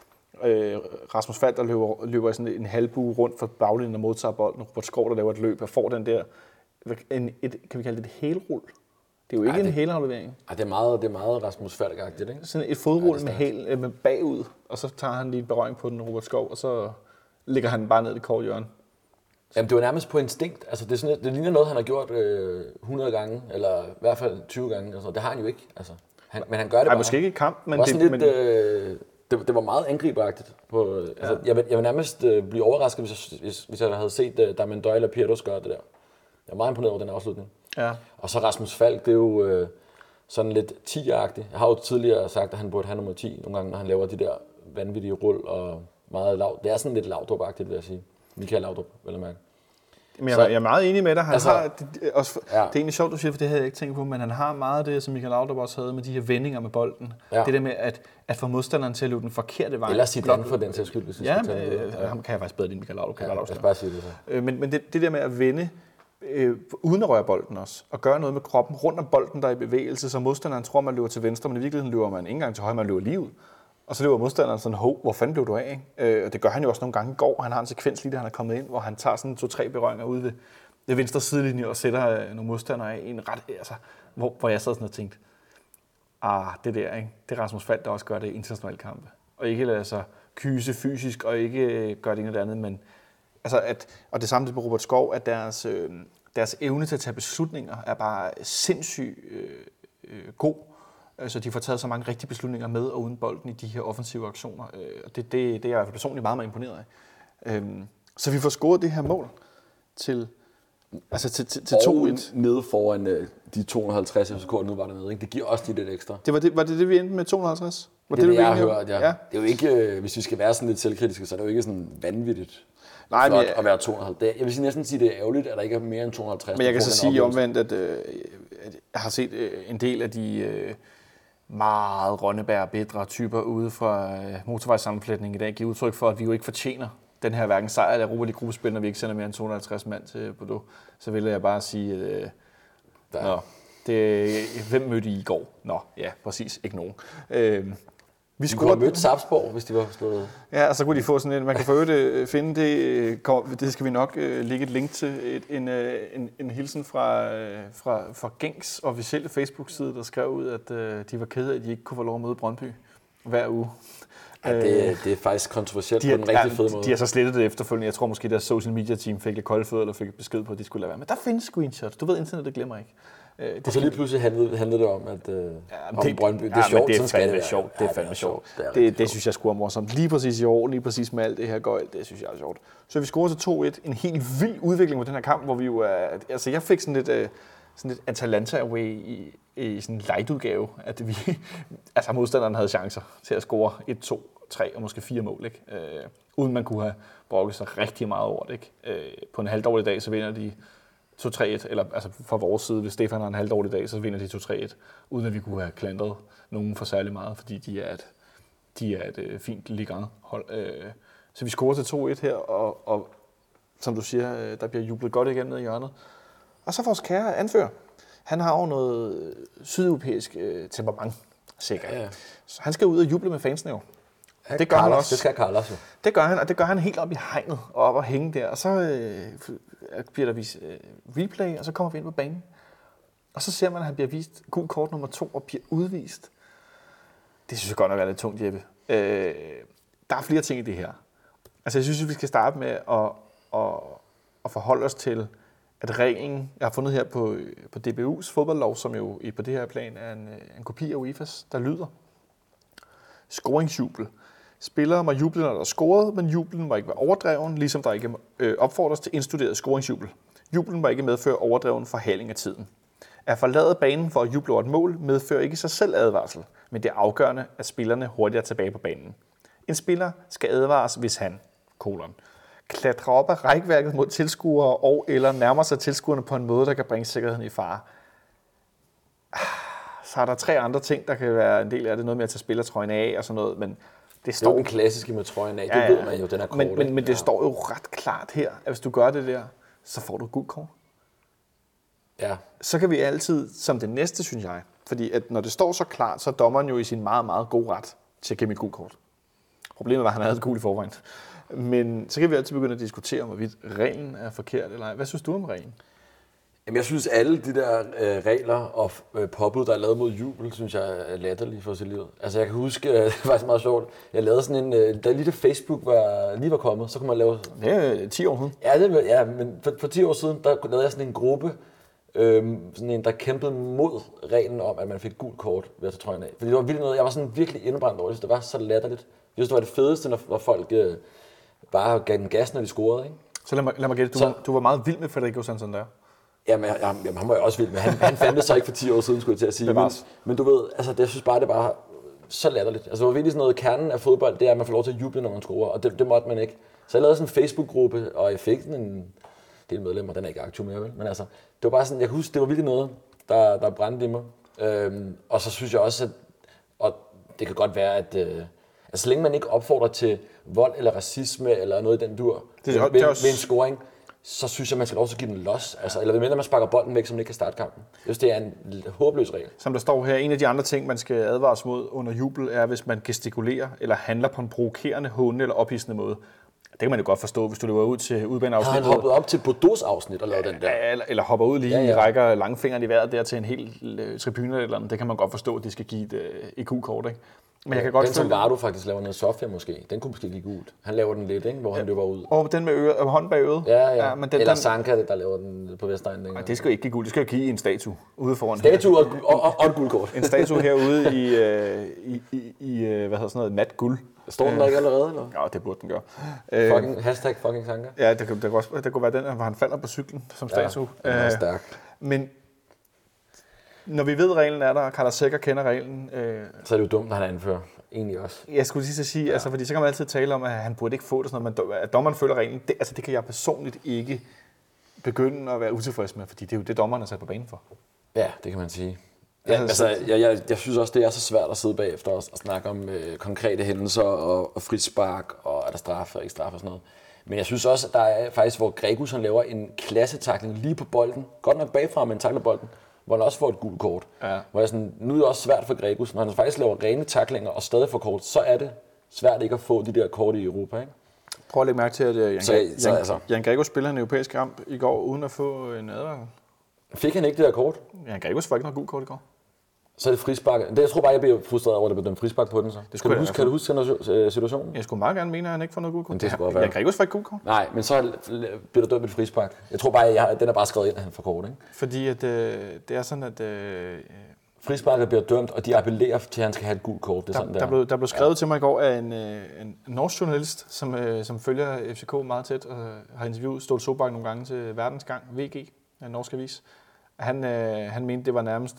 Speaker 2: Rasmus Falk, der løber i sådan en halvbue rundt for baglinjen og modtager bolden. Robert Skov, der laver et løb og får den der, kan vi kalde det et helrull? Det er jo ikke en helaflevering.
Speaker 3: Det er meget Rasmus Falk-agtigt, ikke?
Speaker 2: Sådan et fodrull med bagud, og så tager han lige en berøring på den, Robert Skov, og så lægger han bare ned i det korte hjørne.
Speaker 3: Jamen, det var nærmest på instinkt. Altså, det ligner noget, han har gjort 100 gange, eller i hvert fald 20 gange. Altså, det har han jo ikke. Altså, men han gør det bare.
Speaker 2: Måske ikke i kamp, men
Speaker 3: det var meget angriberagtigt. Altså, jeg vil nærmest blive overrasket, hvis jeg havde set Damien Doyle og Pierdos gøre det der. Jeg er meget imponeret over den afslutning. Ja. Og så Rasmus Falk, det er jo sådan lidt 10'er-agtigt. Jeg har jo tidligere sagt, at han burde have nummer 10 nogle gange, når han laver de der vanvittige rull og meget lavt. Det er sådan lidt Laudrup-agtigt, vil jeg sige. Michael Laudrup, vil jeg mærke.
Speaker 2: Men jeg er meget enig med dig. Det er egentlig sjovt, du siger, for det havde jeg ikke tænkt på, men han har meget af det, som Michael Laudrup også havde med de her vendinger med bolden. Ja. Det der med at få modstanderen til at løbe den forkerte vej.
Speaker 3: Eller sit land for den til skyld, hvis
Speaker 2: ham kan jeg faktisk bedre end Michael Laudrup.
Speaker 3: Jeg skal bare sige det så.
Speaker 2: Men det der med at vende uden at røre bolden også, og gøre noget med kroppen rundt om bolden, der er i bevægelse, så modstanderen tror, man løber til venstre, men i virkeligheden løber man ikke engang til højre, man løber lige ud. Og så løber modstanderen sådan, hvor fanden blev du af? Og det gør han jo også nogle gange i går. Han har en sekvens lige, da han er kommet ind, hvor han tager sådan 2-3 berøringer ude ved venstre sidelinje og sætter nogle modstandere af i en ret, altså, hvor jeg sad sådan og tænkte, det der, ikke? Det er Rasmus Falk, der også gør det i internationale kampe. Og ikke lade sig kyse fysisk, og ikke gøre det ene eller andet, men og det samme med Robert Skov, at deres evne til at tage beslutninger er bare sindssygt god. Så de får taget så mange rigtige beslutninger med og uden bolden i de her offensive aktioner. Og det er jeg i hvert fald personligt meget imponeret af. Så vi får scoret det her mål til 2-1.
Speaker 3: Nede foran de 250 FCK, nu var dernede. Ikke? Det giver også lidt ekstra.
Speaker 2: Var det, vi endte med 250?
Speaker 3: Det jeg har hørt, ja. Det er jo ikke, hvis vi skal være sådan lidt selvkritiske, så er det jo ikke sådan vanvittigt flot at være 250. Jeg vil næsten sige, det er ærgerligt, at der ikke er mere end 250.
Speaker 2: Men jeg kan så sige omvendt, at jeg har set en del af de meget Rønnebær-bedre typer ude fra motorvejssammenflætning i dag give udtryk for, at vi jo ikke fortjener den her hverken sejr eller Europa League-gruppespil, når vi ikke sender mere end 250 mand til Bordeaux. Så vil jeg bare sige, hvem mødte I går? Nå, ja, præcis, ikke nogen.
Speaker 3: Vi skulle have mødt Sarpsborg, hvis de var slået.
Speaker 2: Ja, og så kunne de få sådan en, man kan for øvrigt finde det skal vi nok lægge et link til, en hilsen fra Genks officielle Facebook-side, der skrev ud, at de var kede af, at de ikke kunne få lov at møde Brøndby hver uge.
Speaker 3: Ja, det er faktisk kontroversielt på en rigtig fed måde.
Speaker 2: De har så slettet det efterfølgende. Jeg tror måske, deres social media team fik lidt kolde fødder, eller fik besked på, at de skulle lade være. Men der findes screenshots. Du ved, internettet glemmer ikke.
Speaker 3: Og så lige pludselig handlede det om, at om Brøndby. Det er sjovt.
Speaker 2: Det er fandme sjovt. Det er fandme sjovt. Det synes jeg skulle er morsomt. Lige præcis i år, lige præcis med alt det her gøjl, det synes jeg er sjovt. Så vi scorer til 2-1. En helt vild udvikling på den her kamp, hvor vi jo er... Altså, jeg fik sådan lidt Atalanta away i sådan en light-udgave, at vi... altså, modstanderen havde chancer til at score 1, 2, 3 og måske 4 mål, ikke? Uden man kunne have brokket sig rigtig meget over det, ikke? På en halvdårlig dag, så vinder de 2-3-1, eller altså fra vores side, hvis Stefan har en halvdårlig dag, så vinder de 2-3-1, uden at vi kunne have klandret nogen for særlig meget, fordi de er et fint Ligue-hold. Så vi scorer til 2-1 her, og som du siger, der bliver jublet godt igen nede i hjørnet. Og så vores kære anfører, han har jo noget sydeuropæisk temperament, sikkert. Ja. Så han skal ud og juble med fansene jo.
Speaker 3: Ja, det gør han også. Det skal Carlos jo.
Speaker 2: Det gør han, og det gør han helt op i hegnet og op og hænge der. Og så bliver der vist replay, og så kommer vi ind på banen. Og så ser man, at han bliver vist gul kort nummer 2 og bliver udvist. Det synes jeg godt nok er lidt tungt, Jeppe. Der er flere ting i det her. Altså jeg synes, vi skal starte med at forholde os til, at reglen, jeg har fundet her på DBU's fodboldlov, som jo på det her plan er en kopi af UEFA's, der lyder: scoringsjubel. Spillere må juble, når der er scoret, men jublen må ikke være overdreven, ligesom der ikke opfordres til indstuderet scoringsjubel. Jublen må ikke medføre overdreven forhaling af tiden. At forlade banen for at juble over et mål medfører ikke sig selv advarsel, men det er afgørende, at spillerne hurtigere er tilbage på banen. En spiller skal advares, hvis han, klatrer op af rækværket mod tilskuere og eller nærmer sig tilskuerne på en måde, der kan bringe sikkerheden i fare. Så er der 3 andre ting, der kan være en del af det. Noget med at tage spillertrøjen af og sådan noget, men det står...
Speaker 3: Det er den klassiske med trøjen af, det ved man jo, den er kort.
Speaker 2: Men det står jo ret klart her, at hvis du gør det der, så får du et gult kort.
Speaker 3: Ja.
Speaker 2: Så kan vi altid, som det næste, synes jeg, fordi at når det står så klart, så er dommeren jo i sin meget, meget god ret til at give et gult kort. Problemet var, at han havde et gult i forvejen. Men så kan vi altid begynde at diskutere, om hvorvidt reglen er forkert eller ej. Hvad synes du om reglen?
Speaker 3: Jamen, jeg synes, alle de der regler og påbud, der er lavet mod jubel, synes jeg er latterlige for sit liv. Altså, jeg kan huske, det var faktisk meget sjovt. Jeg lavede sådan en, da lige Facebook lige var kommet, så kunne man lave...
Speaker 2: Det er 10 år
Speaker 3: siden. Ja, men for 10 år siden, der lavede jeg sådan en gruppe, sådan en, der kæmpede mod reglen om, at man fik gult kort ved at tage trøjen af. Fordi det var virkelig noget, jeg var sådan virkelig indebrændt over det. Det var så latterligt. Jeg synes, det var det fedeste, når folk bare gav den gas, når de scorede, ikke?
Speaker 2: Så lad mig gætte, du var meget vild med Federico Santander.
Speaker 3: Jamen, han var jo også vild, men han fandt det så ikke for 10 år siden, skulle jeg til at sige. Men du ved, altså, jeg synes bare, det var så latterligt. Altså, det var virkelig sådan noget, kernen af fodbold, det er, at man får lov til at juble, når man scorer, og det måtte man ikke. Så jeg lavede sådan en Facebook-gruppe, og jeg fik sådan en del medlemmer, den er ikke aktiv mere, vel? Men altså, det var bare sådan, jeg kan huske, det var virkelig noget, der brændte i mig. Og så synes jeg også, at, og det kan godt være, at altså, så længe man ikke opfordrer til vold eller racisme eller noget i den dur ved en scoring, så synes jeg, man skal lov til at give den los. Altså, eller medmindre man sparker bolden væk, så man ikke kan starte kampen. Jeg synes, det er en håbløs regel.
Speaker 2: Som der står her, en af de andre ting, man skal advares mod under jubel, er, hvis man gestikulerer eller handler på en provokerende, hånende eller ophidsende måde. Det kan man jo godt forstå, hvis du løber ud til udbaneafsnittet.
Speaker 3: Han hoppet op til Bordeaux' afsnit og lavet den der.
Speaker 2: Eller hopper ud lige, rækker langfingeren i vejret der til en hel tribune eller andet. Det kan man godt forstå, at de skal give et IQ-kort, ikke? Men jeg kan godt
Speaker 3: den, som Vardo faktisk laver ned i Sofia måske, den kunne måske give gult. Han laver den lidt, ikke? Hvor han løber ud.
Speaker 2: Og den med hånden bag øret?
Speaker 3: Ja. Men eller Sanka, der laver den på Vestegnen.
Speaker 2: Nej, det skal jo ikke give gult. Det skal jo give en statue ude foran.
Speaker 3: Statue og et guldkort.
Speaker 2: En statue herude i hvad hedder sådan noget, mat guld.
Speaker 3: Står den der ikke allerede, eller?
Speaker 2: Ja, det burde den gøre.
Speaker 3: Fucking Sanka.
Speaker 2: Ja, det kunne være den, hvor han falder på cyklen som statue.
Speaker 3: Ja, den er stærk.
Speaker 2: Men når vi ved, at reglen er der, og Carlos Sækker kender reglen...
Speaker 3: Så er det jo dumt, at han anfører. Egentlig også.
Speaker 2: Jeg skulle lige sige, altså, fordi så kan man altid tale om, at han burde ikke få det sådan noget, men at dommeren følger reglen, det kan jeg personligt ikke begynde at være utilfreds med, fordi det er jo det, dommeren er sat på banen for.
Speaker 3: Ja, det kan man sige. Ja, jeg synes også, det er så svært at sidde bagefter og snakke om konkrete hændelser og frispark, og er der straf og ikke straf og sådan noget. Men jeg synes også, at der er faktisk, hvor Gregus han laver en klassetakling lige på bolden, godt nok bagfra, men takler bolden, hvor han også får et gult kort. Ja. Hvor jeg sådan, nu er det også svært for Gregus, når han faktisk laver rene tacklinger og stadig får kort, så er det svært ikke at få de der kort i Europa, ikke?
Speaker 2: Prøv at lægge mærke til, at Jan Gregus spiller en europæisk kamp i går, uden at få en advarsel.
Speaker 3: Fik han ikke det der kort?
Speaker 2: Jan Gregus får ikke noget gult kort i går.
Speaker 3: Så er det frispark. Jeg tror bare, jeg bliver frustreret over, at det blev dømt frispark på den så. Kan du huske situationen?
Speaker 2: Jeg skulle meget gerne mene, at han ikke får noget gult kort.
Speaker 3: Men det skulle være.
Speaker 2: Jan Gregus får ikke gult kort.
Speaker 3: Nej, men så bliver der dømt et frispark. Jeg tror bare, den er bare skrevet ind, at han får kort, ikke?
Speaker 2: Fordi at, det er sådan, at...
Speaker 3: Frisparket bliver dømt, og de appellerer til, at han skal have et gult kort. Det er sådan,
Speaker 2: der blev skrevet til mig i går af en norsk journalist, som følger FCK meget tæt, og har interviewet Ståle Solbakken nogle gange til Verdensgang, VG, en norsk avis. Han mente, det var nærmest...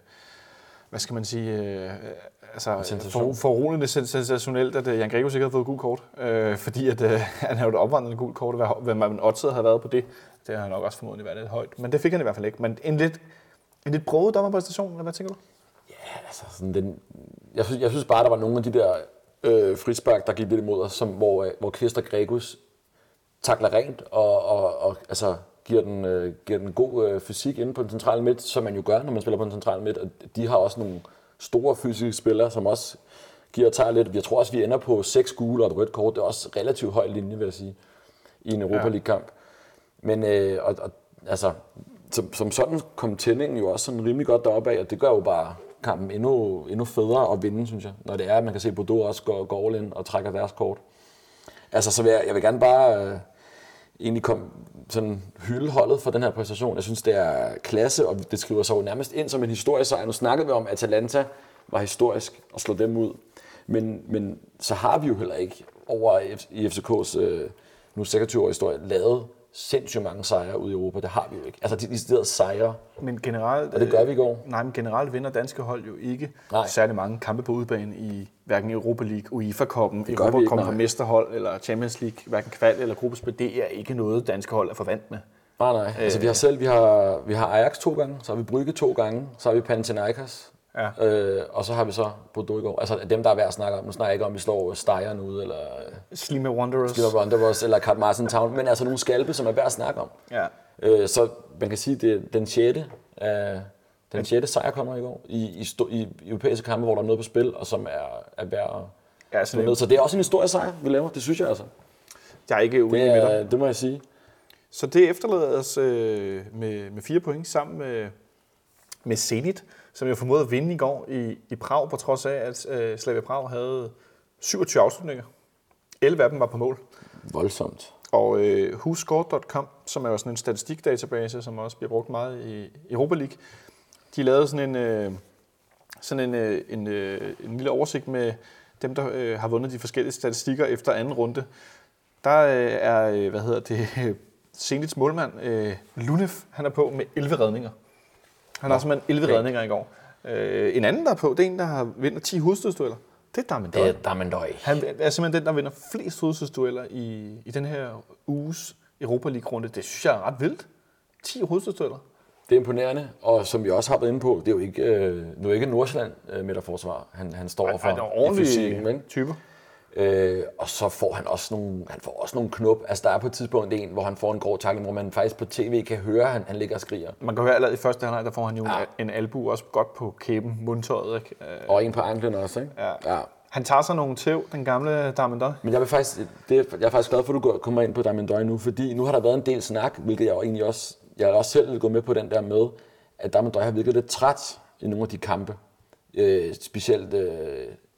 Speaker 2: hvad skal man sige, forroligende sensationelt, at Jan Gregus ikke havde fået gult kort, fordi at, han havde et opvandrende gult kort, hvad man oddsede havde været på det. Det har nok også formodentlig været lidt højt, men det fik han i hvert fald ikke. Men en lidt broget dommerpræstation, eller hvad tænker du?
Speaker 3: Ja, altså sådan jeg synes bare, der var nogle af de der frispark, der gik lidt imod os, hvor Christer Gregus takler rent og altså giver den god fysik inde på den centrale midt, som man jo gør, når man spiller på den centrale midt. Og de har også nogle store fysiske spillere, som også giver og tager lidt. Jeg tror også, vi ender på 6 gule og et rødt kort. Det er også relativt høj linje, vil jeg sige, i en Europa League-kamp. Men altså, som sådan kom tændingen jo også sådan rimelig godt deroppe af, og det gør jo bare kampen endnu federe at vinde, synes jeg. Når det er, at man kan se, at Bordeaux også går all in og trækker deres kort. Altså, så jeg vil gerne bare... egentlig sådan hylde holdet for den her præstation. Jeg synes, det er klasse, og det skriver sig jo nærmest ind som en historisk sejr. Nu snakkede vi om, at Atalanta var historisk at slå dem ud. Men så har vi jo heller ikke over i FCK's nu 26-årige historie lavet sindssygt mange sejre ude i Europa. Det har vi jo ikke. Altså de deciderede sejre.
Speaker 2: Men generelt,
Speaker 3: og det gør vi i går.
Speaker 2: Nej, men generelt vinder danske hold jo ikke særlig mange kampe på udebane i hverken Europa League, UEFA-koppen, Europa-koppen for mesterhold eller Champions League, hverken kval eller gruppespil. Det er ikke noget, danske hold er forvant med.
Speaker 3: Nej. Altså vi har Ajax 2 gange, så har vi Brygge 2 gange, så har vi Panathinaikos. Ja. Og så har vi så Bordeaux i går. Altså dem, der er værd at snakke om. Nu snakker jeg ikke om, vi slår Steyr ud, eller
Speaker 2: Slimme Wanderers,
Speaker 3: eller Kat Martin Town, men altså nogle skalpe, som er værd at snakke om. Ja. Så man kan sige, det er den 6. sejr kommer i går i europæiske kampe, hvor der er noget på spil, og som er værd at slå ned. Så det er også en historisk sejr, vi laver. Det synes jeg altså.
Speaker 2: Jeg er ikke uenig med dig.
Speaker 3: Det må jeg sige.
Speaker 2: Så det efterlader os med 4 point sammen med Zenit, som jo formåede at vinde i går i Prag, på trods af, at Slavia Prag havde 27 afslutninger. 11 af dem var på mål.
Speaker 3: Voldsomt.
Speaker 2: Og whoscored.com, som er jo sådan en statistikdatabase, som også bliver brugt meget i Europa League, de lavede sådan en lille oversigt med dem, der har vundet de forskellige statistikker efter anden runde. Der er, Zenits målmand, Lunev, han er på med 11 redninger. Han har simpelthen 11 redninger i går. En anden, der er på, det er en, der har vinder 10 hovedstødsdueller. Det er Damendøj.
Speaker 3: Det er Damendøj.
Speaker 2: Han er simpelthen den, der vinder flest hovedstødsdueller i den her uges Europa League-runde. Det synes jeg er ret vildt. 10 hovedstødsdueller.
Speaker 3: Det er imponerende, og som vi også har været inde på, det er jo ikke Nordsjælland midterforsvar. Han står for i fysikken,
Speaker 2: typer.
Speaker 3: Og så får han også nogle knop. Altså der er på et tidspunkt en, hvor han får en grov tackling, hvor man faktisk på tv kan høre, at han ligger og skriger.
Speaker 2: Man kan høre allerede i første halvleg, der får han jo en albu også godt på kæben, mundtøjet, ikke?
Speaker 3: Og en på anklen også, ikke?
Speaker 2: Ja. Han tager sig nogle tæv, den gamle Damendøj.
Speaker 3: Men jeg er faktisk glad for, at du kommer ind på Damendøj nu, fordi nu har der været en del snak, hvilket jeg egentlig også, jeg har også selv gået med på den der med, at Damendøj har virket lidt træt i nogle af de kampe. Specielt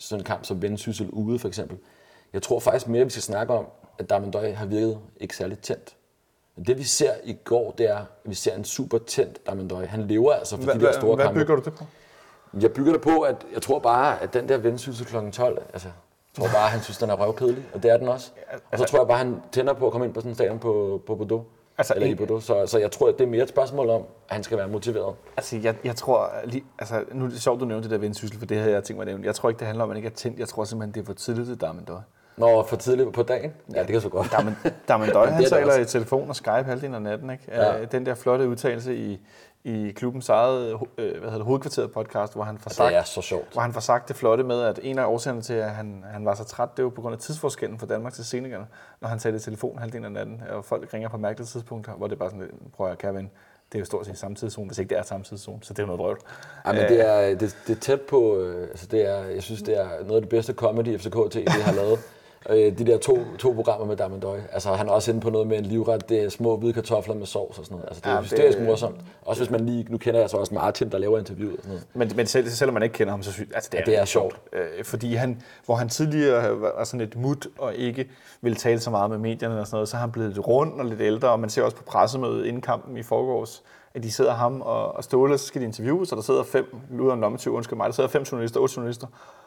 Speaker 3: sådan en kamp som Vendsyssel ude for eksempel. Jeg tror faktisk mere, vi skal snakke om, at Damendøj har virket ikke særlig tændt. Det vi ser i går, det er, at vi ser en super tændt Damendøj. Han lever altså for de der store kampe.
Speaker 2: Hvad bygger du det på?
Speaker 3: Jeg bygger det på, at jeg tror bare, at den der Vendsyssel kl. 12, altså, jeg tror bare, at han synes, den er røvkedelig, og det er den også. Og så tror jeg bare, at han tænder på at komme ind på sådan en stadion på Bordeaux. Altså, eller i Bordeaux. Så jeg tror, at det er mere et spørgsmål om, at han skal være motiveret.
Speaker 2: Altså, jeg tror lige, altså, nu er det sjovt, du nævnte det der Vendsyssel, for det havde jeg tænkt mig at nævne. Jeg tror ikke, det handler om, at man ikke er tændt. Jeg tror simpelthen, det er for tidligt til Damendøj.
Speaker 3: Nå, for tidligt på dagen? Ja, det kan så godt.
Speaker 2: Damendøj, han taler i telefon og Skype halvdelen af natten, ikke? Ja. Den der flotte udtalelse i klubbens eget hovedkvarteret podcast, hvor han får sagt,
Speaker 3: det er så sjovt.
Speaker 2: Hvor han får sagt det flotte med, at en af årsagerne til, at han var så træt, det var på grund af tidsforskellen fra Danmark til Senegal, når han talte i telefon halvdelen af natten, og folk ringer på mærkelige tidspunkter, hvor det er bare sådan, prøv at kære ven, det er jo stort set samme tidszone, hvis ikke det er samme tidszone, så det er jo noget vrøvl.
Speaker 3: Ja, men det er tæt på, altså jeg synes, det er noget af det bedste comedy FCK-TV, de har lavet. De der to programmer med Damendøj. Altså, han er også inde på noget med en livret, det er små hvide kartofler med sovs og sådan noget. Altså, det er hysterisk morsomt. Også hvis man lige, nu kender jeg så også Martin, der laver interviewet og sådan noget.
Speaker 2: Men selvom man ikke kender ham, så synes altså,
Speaker 3: det er sjovt.
Speaker 2: Fordi hvor han tidligere var sådan et mut og ikke ville tale så meget med medierne og sådan noget, så er han blevet lidt rund og lidt ældre, og man ser også på pressemødet inden kampen i forgårs, at de sidder ham og Ståle, så skal de interviewe, så der sidder 5, ude af en lommetyv, undskyld mig, der sidder 5 journalister, 8 journalister.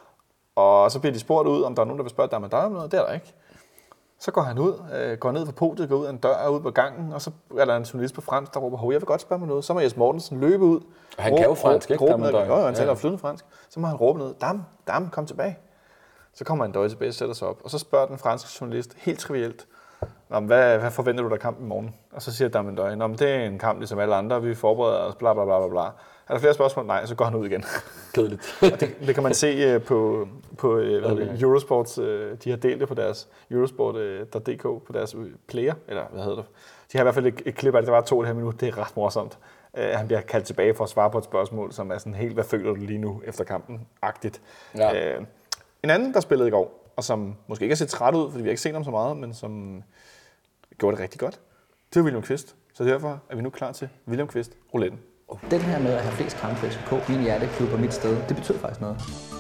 Speaker 2: Og så bliver de spurgt ud, om der er nogen, der vil spørge Damendøj om noget. Det er der ikke. Så går han ud, går ned på podiet, går ud af en dør, ud på gangen, og så er der en journalist på fransk, der råber, jeg vil godt spørge mig noget. Så må Jes Mortensen løbe ud.
Speaker 3: Og han kan jo fransk, ikke?
Speaker 2: Damendøj. Jo, han taler flydende fransk. Så må han råbe noget. Dam, kom tilbage. Så kommer en døj tilbage og sætter sig op. Og så spørger den franske journalist helt trivielt, hvad forventer du der kamp i morgen? Og så siger Damendøj, det er en kamp ligesom alle andre, vi forbereder os, bla bla bla bla bla. Er der flere spørgsmål? Nej, så går han ud igen.
Speaker 3: Kedeligt.
Speaker 2: det kan man se på Eurosports, de har delt det på deres Eurosport.dk, på deres player, eller hvad hedder det. De har i hvert fald et klip af det, der var 2,5 minutter, det er ret morsomt. Han bliver kaldt tilbage for at svare på et spørgsmål, som er sådan helt, hvad føler du lige nu efter kampen-agtigt. Ja. En anden, der spillede i går, og som måske ikke har set træt ud, fordi vi har ikke set ham så meget, men som gjorde det rigtig godt, det var William Kvist. Så derfor er vi nu klar til William Kvist, rouletten.
Speaker 4: Den her med at have flest kampe for FCK, min hjerteklub og mit sted, det betyder faktisk noget.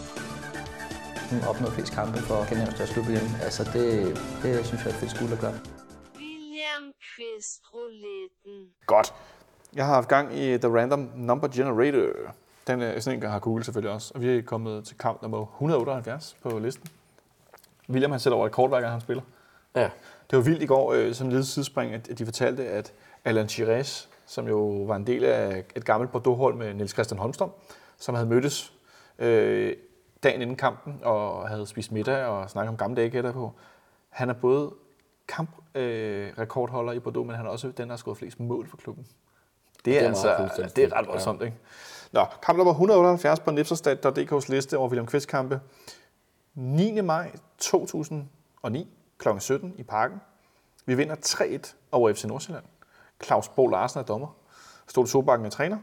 Speaker 4: Hun har opnået flest kampe for Kenhavns største klub igen. Altså det synes jeg er et fedt skulderklap.
Speaker 5: William Kvist, rouletten.
Speaker 2: Godt. Jeg har haft gang i The Random Number Generator. Den er sådan en, der har Google selvfølgelig også. Og vi er kommet til kamp nummer 178 på listen. William han sætter over rekordværker, han spiller.
Speaker 3: Ja.
Speaker 2: Det var vildt i går, som en lille sidespring, at de fortalte, at Alan Chirés, som jo var en del af et gammelt Bordeaux-hold med Niels Christian Holmstrøm, som havde mødtes dagen inden kampen og havde spist middag og snakket om gamle dage gætter på. Han er både kamprekordholder i Bordeaux, men han er også den, der har scoret flest mål for klubben. Det er ret voldsomt, ikke? Nå, kamp nummer 178 på Nipserstad.dk's liste over William Kvist kampe. 9. maj 2009 kl. 17 i Parken. Vi vinder 3-1 over FC Nordsjælland. Claus Bo Larsen er dommer. Ståle Solbakken er træner.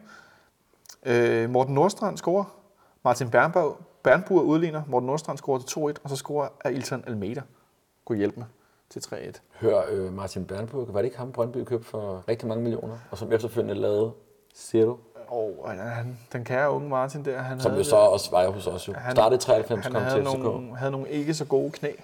Speaker 2: Morten Nordstrand scorer. Martin Bernburg udligner. Morten Nordstrand scorer til 2-1, og så scorer Ailton Almeida. Kunne hjælpe mig til 3-1.
Speaker 3: Hør, Martin Bernburg, var det ikke ham, Brøndby købte for rigtig mange millioner, og som efterfølgende lavede Zero?
Speaker 2: Den kære unge Martin der. Han
Speaker 3: som
Speaker 2: havde,
Speaker 3: jo så også var hos os jo. Startede 93, kom til FCK.
Speaker 2: Han havde nogle ikke så gode knæ.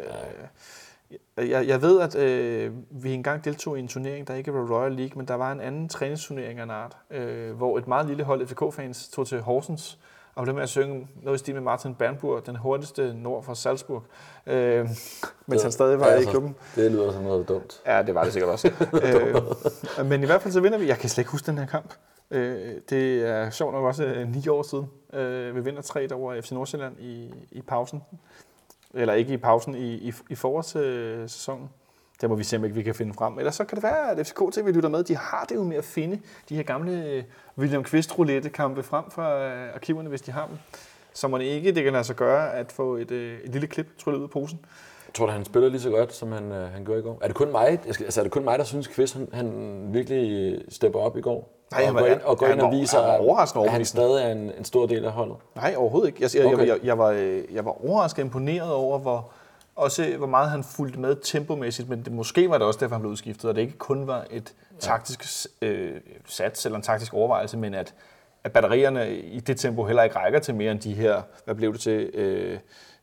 Speaker 2: Jeg ved, at vi engang deltog i en turnering, der ikke var Royal League, men der var en anden træningsturnering af en art, hvor et meget lille hold FCK-fans tog til Horsens og blev med at synge noget i stil med Martin Bernburg, den hurtigste nord for Salzburg, mens han stadig var i klubben.
Speaker 3: Det lyder som noget dumt.
Speaker 2: Ja, det var det sikkert også. Men i hvert fald så vinder vi. Jeg kan slet ikke huske den her kamp. Det er sjovt nok også 9 år siden. Vi vinder 3 over FC Nordsjælland i pausen. Eller ikke i pausen, i forårssæsonen. Der må vi se, om ikke vi kan finde frem. Ellers så kan det være, at FCK TV lytter med. De har det jo med at finde de her gamle William Kvist roulette-kampe frem fra arkiverne, hvis de har dem. Så må det ikke, det kan lade sig gøre at få et lille klip tryllet ud af posen.
Speaker 3: Jeg tror, at han spiller lige så godt, som han gjorde i går. Er det kun mig, der synes, Kvist han virkelig stepper op i går?
Speaker 2: Nej,
Speaker 3: og går ind og viser, at han stadig er en stor del af holdet?
Speaker 2: Nej, overhovedet ikke. Jeg var overrasket imponeret over, hvor meget han fulgte med tempomæssigt, men måske var det også derfor, han blev udskiftet, og det ikke kun var et taktisk sats eller en taktisk overvejelse, men at at batterierne i det tempo heller ikke rækker til mere end de her, hvad blev det til,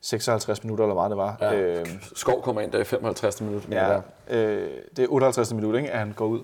Speaker 2: 56 minutter, eller hvad det var.
Speaker 3: Ja. Skov kommer ind der i 55 minutter.
Speaker 2: Ja, det er 58 minutter, ikke, at han går ud.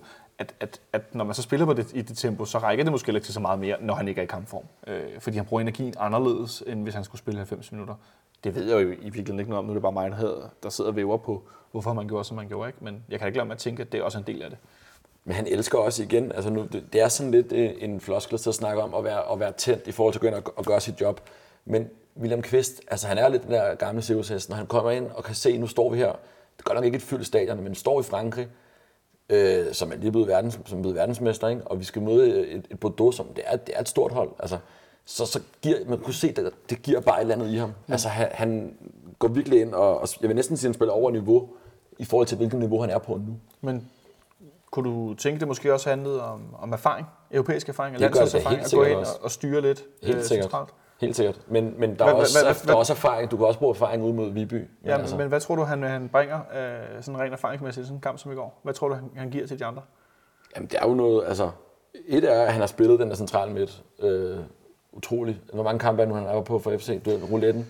Speaker 2: At når man så spiller på det, i det tempo, så rækker det måske ikke til så meget mere, når han ikke er i kampform. Fordi han bruger energien anderledes, end hvis han skulle spille 90 minutter. Det ved jeg jo i virkeligheden ikke noget om. Nu er det bare mig, der sidder og væver på, hvorfor man gjorde, som man gjorde. Ikke? Men jeg kan ikke lade mig at tænke, at det er også en del af det.
Speaker 3: Men han elsker også igen, altså nu, det er sådan lidt en floskel til at snakke om at være tændt i forhold til at gå ind og gøre sit job. Men William Kvist, altså han er lidt den der gamle cirkushest, når han kommer ind og kan se, nu står vi her, det gør nok ikke et fyldt stadion, men står i Frankrig, som er lige blevet verdensmester, ikke? Og vi skal møde et Bordeaux, som det er et stort hold. Altså, så giver, man kunne se, at det giver bare et eller andet i ham. Ja. Altså han går virkelig ind, og jeg vil næsten sige, at han spiller over niveau, i forhold til hvilket niveau han er på nu.
Speaker 2: Men kunne du tænke, det måske også handlede om erfaring, europæisk erfaring, eller landsholdserfaring, at gå ind og styre lidt centralt?
Speaker 3: Helt sikkert. Men der er også erfaring. Du kan også bruge erfaring ud mod Viby.
Speaker 2: Men hvad tror du, han bringer sådan rent erfaringsmæssigt i sådan en kamp som i går? Hvad tror du, han giver til de andre?
Speaker 3: Jamen, det er jo noget, altså... Et er, at han har spillet den der centrale midt. Utroligt. Hvor mange kampe er nu, han er på for FC? Du ved, rouletten.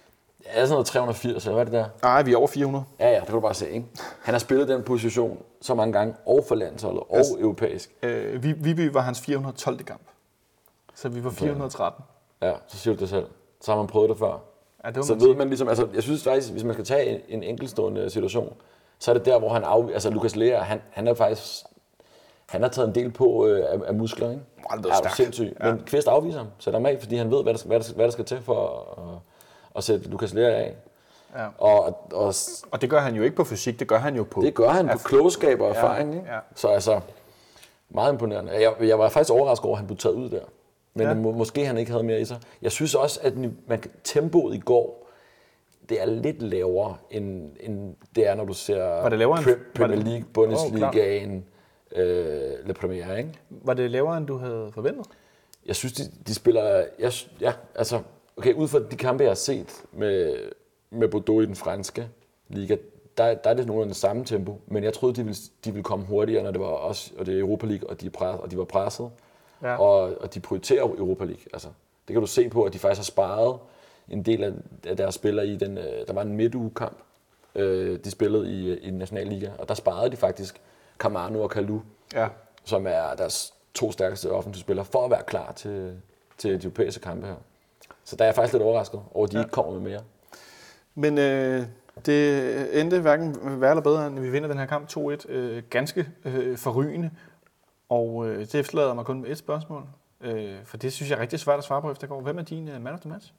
Speaker 3: Er sådan noget 380, eller hvad er det der?
Speaker 2: Nej, vi er over 400.
Speaker 3: Ja, det kan du bare se, ikke? Han har spillet den position så mange gange, og for landsholdet, og europæisk.
Speaker 2: Viby var hans 412. kamp. Så vi var 413.
Speaker 3: Ja, så siger du det selv. Så har man prøvet det før.
Speaker 2: Ja, det
Speaker 3: så ved man ligesom, altså jeg synes faktisk, hvis man skal tage en enkeltstående situation, så er det der, hvor han altså Lukas Lea, han er faktisk, han har taget en del på af muskler, ikke?
Speaker 2: Det er
Speaker 3: sindssygt. Ja. Men Kvist afviser ham, sætter ham af, fordi han ved, hvad der skal til for at sætte Lukas Lea af.
Speaker 2: Ja. Og det gør han jo ikke på fysik, det gør han jo på...
Speaker 3: Det gør han på klogskab og erfaring, ikke? Ja. Så altså, meget imponerende. Jeg var faktisk overrasket over, at han blev taget ud der. Men måske han ikke havde mere i sig. Jeg synes også, at tempoet i går, det er lidt lavere, end det er, når du ser Premier League, Bundesligaen, La Premier, ikke?
Speaker 2: Var det lavere, end du havde forventet?
Speaker 3: Jeg synes, de spiller... altså... Okay, ud fra de kampe, jeg har set med Bordeaux i den franske liga, der er det nogenlunde samme tempo, men jeg troede, de ville komme hurtigere, når det var os, og det er Europa League, og de var presset. Ja. Og de prioriterer Europa League. Altså, det kan du se på, at de faktisk har sparet en del af deres spillere i den... Der var en midtugekamp, de spillede i den nationale liga, og der sparede de faktisk Kamano og Kalou, som er deres 2 stærkeste offensive spillere, for at være klar til de europæiske kampe her. Så der er jeg faktisk lidt overrasket over, at de ikke kommer med mere.
Speaker 2: Men det endte hverken værre eller bedre, end vi vinder den her kamp 2-1. Ganske forrygende. Og det efterlader mig kun med et spørgsmål. For det synes jeg er rigtig svært at svare på efter i går. Hvem er din man of the match?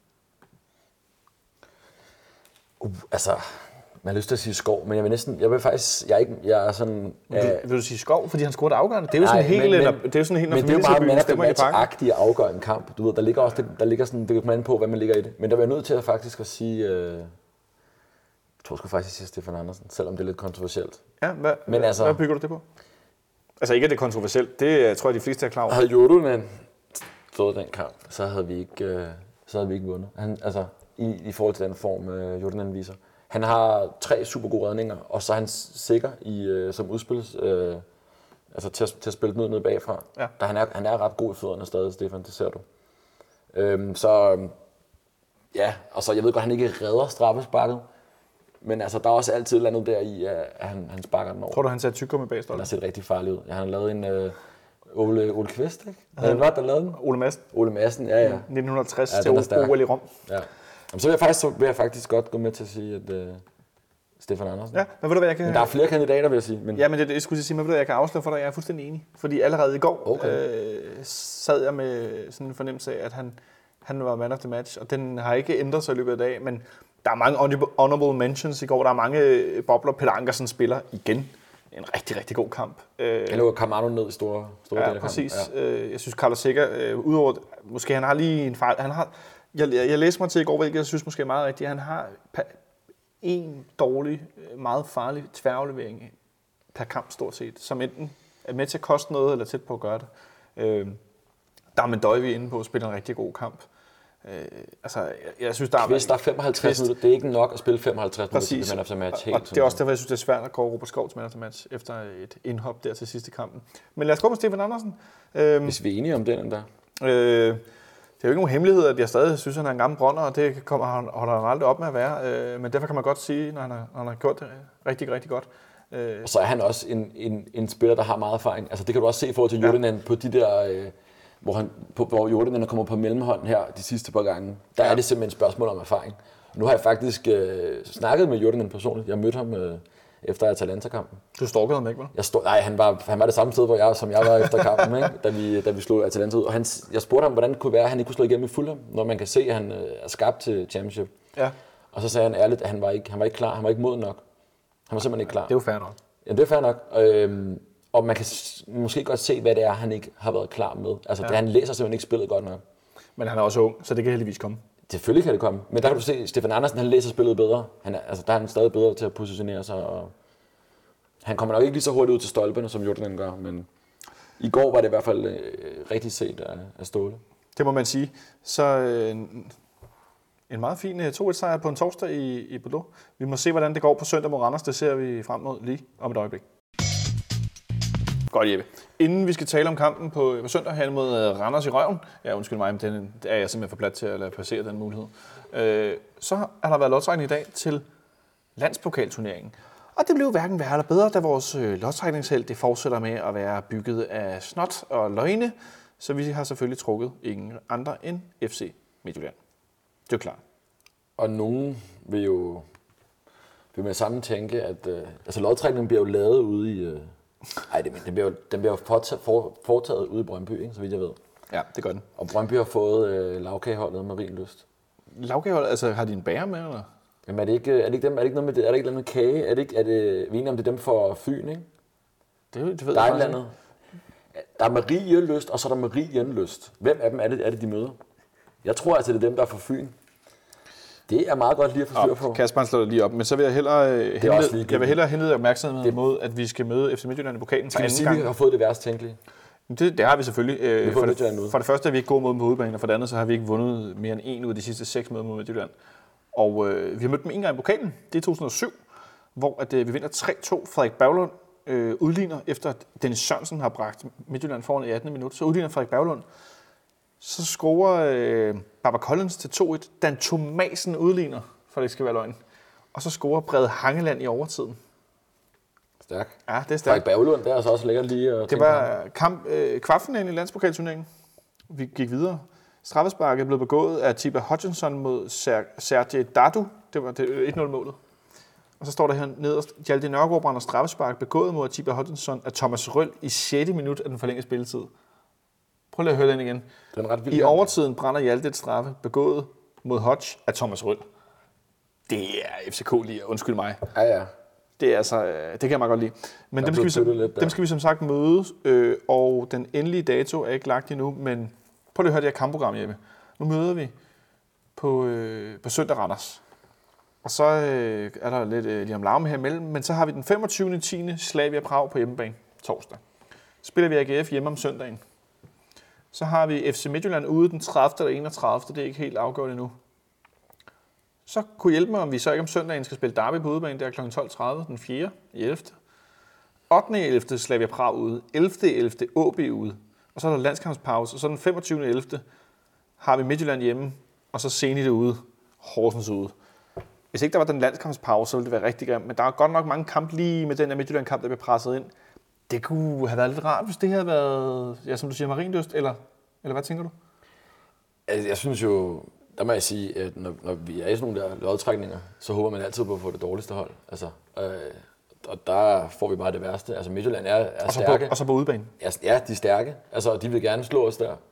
Speaker 3: Altså, man har lyst til at sige Skov, men jeg er sådan...
Speaker 2: Vil du sige Skov, fordi han scorede afgørende? Det er jo sådan helt... Men det er jo meget
Speaker 3: man of the match-agtig afgørende kamp. Du ved, der ligger sådan, det kan man på, hvad man ligger i det. Men der var jeg nødt til at sige... jeg tror sgu faktisk, sige Stefan Andersen, selvom det er lidt kontroversielt.
Speaker 2: Ja, hvad bygger du det på? Altså ikke, at det er kontroversielt. Det tror jeg, de fleste er klar over.
Speaker 3: Havde Jordan fået den kamp, så havde vi ikke vundet. Altså, i forhold til den form, Jordan viser. Han har 3 super gode redninger, og så er han sikker som udspils, altså til at spille den ud ned bagfra. Ja. Han er ret god i fødderne stadig, Stefan, det ser du. Og så jeg ved godt, han ikke redder straffesparket, men altså, der er også altid et eller andet der i, at han sparker den over.
Speaker 2: Tror du, han ser tykkere med bagstolpen?
Speaker 3: Han har set rigtig farlig ud. Han har lavet en Ole Kvist, ikke? Hvad der lavede den?
Speaker 2: Ole
Speaker 3: Madsen, ja.
Speaker 2: 1960 til OL i Rom.
Speaker 3: Ja. Jamen, så vil jeg faktisk godt gå med til at sige, at Stefan Andersen.
Speaker 2: Ja, men ved du hvad, jeg kan...
Speaker 3: Men der er flere kandidater, vil jeg sige. Men...
Speaker 2: Ja, men det skulle jeg sige, men ved du, jeg kan afsløre for dig, jeg er fuldstændig enig. Fordi allerede i går sad jeg med sådan en fornemmelse af, at han var man of the match, og den har ikke ændret sig i løbet af dagen, men der er mange honorable mentions i går. Der er mange bobler. Peter Ankersen spiller igen en rigtig, rigtig god kamp.
Speaker 3: Jeg lukker Kamano ned i store dele af kampen.
Speaker 2: Præcis. Jeg synes, Carlos Seger, udover... Måske han har lige en fejl. Jeg læste mig til i går, hvilket jeg synes måske er meget rigtigt. Han har en dårlig, meget farlig tværaflevering per kamp stort set, som enten er med til at koste noget, eller tæt på at gøre det. Der er Mendøjvi inde på at spille en rigtig god kamp. Jeg synes,
Speaker 3: Hvis der er 55 minutter, det er ikke nok at spille 55 minutter til man of the match.
Speaker 2: Og det er også derfor, jeg synes, det er svært at gå Robert Skov til man of the match, efter et indhop der til sidste kampen. Men lad os gå med Stefan Andersen.
Speaker 3: Hvis vi er enige om den der.
Speaker 2: Det er jo ikke nogen hemmelighed, at jeg stadig synes, at han er en gammel Brønder, og det holder han aldrig op med at være. Men derfor kan man godt sige, når han har gjort det rigtig, rigtig godt.
Speaker 3: Og så er han også en spiller, der har meget erfaring. Altså det kan du også se i forhold til Jordan på de der, hvor Jordan kommer på mellemhånd her de sidste par gange. Der er det simpelthen et spørgsmål om erfaring. Nu har jeg faktisk snakket med Jordan personligt. Jeg mødte ham efter Atalanta-kampen.
Speaker 2: Du stalkede ham ikke, vel?
Speaker 3: Nej, han var det samme sted, som jeg var efter kampen, ikke? Da vi slog Atalanta ud. Og jeg spurgte ham, hvordan det kunne være, at han ikke kunne slå igennem i Fulham, når man kan se, at han er skabt til championship. Ja. Og så sagde han ærligt, at han var ikke klar. Han var ikke moden nok. Han var simpelthen ikke klar.
Speaker 2: Det er jo fair nok.
Speaker 3: Ja, det er fair nok. Og man kan måske godt se, hvad det er, han ikke har været klar med. Altså, han læser simpelthen ikke spillet godt nok.
Speaker 2: Men han er også ung, så det kan heldigvis komme.
Speaker 3: Selvfølgelig kan det komme. Men der kan du se, Stefan Andersen, han læser spillet bedre. Der er han stadig bedre til at positionere sig. Og han kommer nok ikke lige så hurtigt ud til stolperne, som Jordan gør. Men i går var det i hvert fald rigtig set af Ståle.
Speaker 2: Det må man sige. Så en meget fin 2-1-sejr på en torsdag i Bordeaux. Vi må se, hvordan det går på søndag mod Randers. Det ser vi frem mod lige om et øjeblik. Godt, Jeppe. Inden vi skal tale om kampen på søndag her mod Randers i røven, ja, undskyld mig, men den er jeg simpelthen for plat til at lade passere den mulighed, så har der været lodtrækning i dag til landspokalturneringen. Og det blev hverken værre eller bedre, da vores lodtrækningsheld det fortsætter med at være bygget af snot og løgne, så vi har selvfølgelig trukket ingen andre end FC Midtjylland. Det er jo klart.
Speaker 3: Og nogen vil med samme tænke, at lodtrækningen bliver jo lavet ude i... den bliver jo foretaget ude i Brøndby, ikke, så vidt jeg ved.
Speaker 2: Ja, det gør den.
Speaker 3: Og Brøndby har fået lavkageholdet Marienlyst.
Speaker 2: Lavkageholdet? Altså har de en bager med, eller?
Speaker 3: Jamen er det ikke noget med det? Er det ikke noget med kage? Er det vi enige om det er dem for Fyn, ikke?
Speaker 2: Det ved
Speaker 3: der
Speaker 2: jeg
Speaker 3: er andet. Der er Marielyst, og så er der Marienlyst. Hvem af dem er det de møder? Jeg tror altså, det er dem, der er for Fyn. Det er meget godt lige at få styr på.
Speaker 2: Kasper slår det lige op, men så vil jeg hellere henlede opmærksomheden mod, at vi skal møde FC Midtjylland i pokalen for anden gang.
Speaker 3: Vi har fået det værst tænkelige.
Speaker 2: Det har vi selvfølgelig. For det første er vi ikke gode mod på hovedbanen, og for det andet så har vi ikke vundet mere end 1 ud af de sidste 6 møder mod Midtjylland. Og vi har mødt dem en gang i pokalen. Det er 2007, hvor vi vinder 3-2. Frederik Berglund udligner, efter at Dennis Sørensen har bragt Midtjylland foran i 18. minut. Så udligner Frederik Berglund. Så scorer Baba Collins til 2-1. Dan Thomasen udligner, for det skal være løgn. Og så scorer Brede Hangeland i overtiden.
Speaker 3: Stærk.
Speaker 2: Ja, det er stærkt.
Speaker 3: Frederik Berglund, der er så også lækkert lige at
Speaker 2: det var kvartfinalen i landspokalturneringen. Vi gik videre. Straffesparket blev begået af Tiba Hutchinson mod Sergej Dadu. Det var 1-0-målet. Og så står der her nederst, Hjalte Nørgaard brænder straffespark begået mod Tiba Hutchinson af Thomas Røll i 6. minut af den forlængede spilletid. Prøv lige at høre den igen. Den ret I overtiden brænder Hjalte et straffe begået mod Hutch af Thomas Røll. Det er FCK lige, undskyld mig.
Speaker 3: Ja.
Speaker 2: Det er altså, det kan jeg meget godt lide. Men dem skal vi som sagt møde, og den endelige dato er ikke lagt endnu, men prøv lige at høre det her kampprogram, Jeppe. Nu møder vi på søndag Randers. Og så er der lidt lige om larme her imellem, men så har vi den 25.10. Slavia Prag på hjemmebane torsdag. Spiller vi AGF hjemme om søndagen. Så har vi FC Midtjylland ude den 30. eller 31. Det er ikke helt afgjort endnu. Så kunne hjælpe mig, om vi så ikke om søndagen skal spille derby på udebane. Det er kl. 12.30 den 4. i 11. 8. i 11. Slavia Prag ude. 11. i 11. OB ude. Og så er der landskampspause. Og så den 25. i 11. har vi Midtjylland hjemme. Og så Zenit ude. Horsens ude. Hvis ikke der var den landskampspause, så ville det være rigtig grimt. Men der er godt nok mange kampe lige med den der Midtjylland-kamp, der bliver presset ind. Det kunne have været lidt rart, hvis det havde været, ja, som du siger, Marienlyst, eller hvad tænker du?
Speaker 3: Altså, jeg synes jo, der må jeg sige, at når vi er i sådan nogle der lodtrækninger, så håber man altid på at få det dårligste hold. Altså, og der får vi bare det værste. Altså Midtjylland er stærke.
Speaker 2: Og så på udebane.
Speaker 3: Ja, de er stærke. Altså, og de vil gerne slå os der.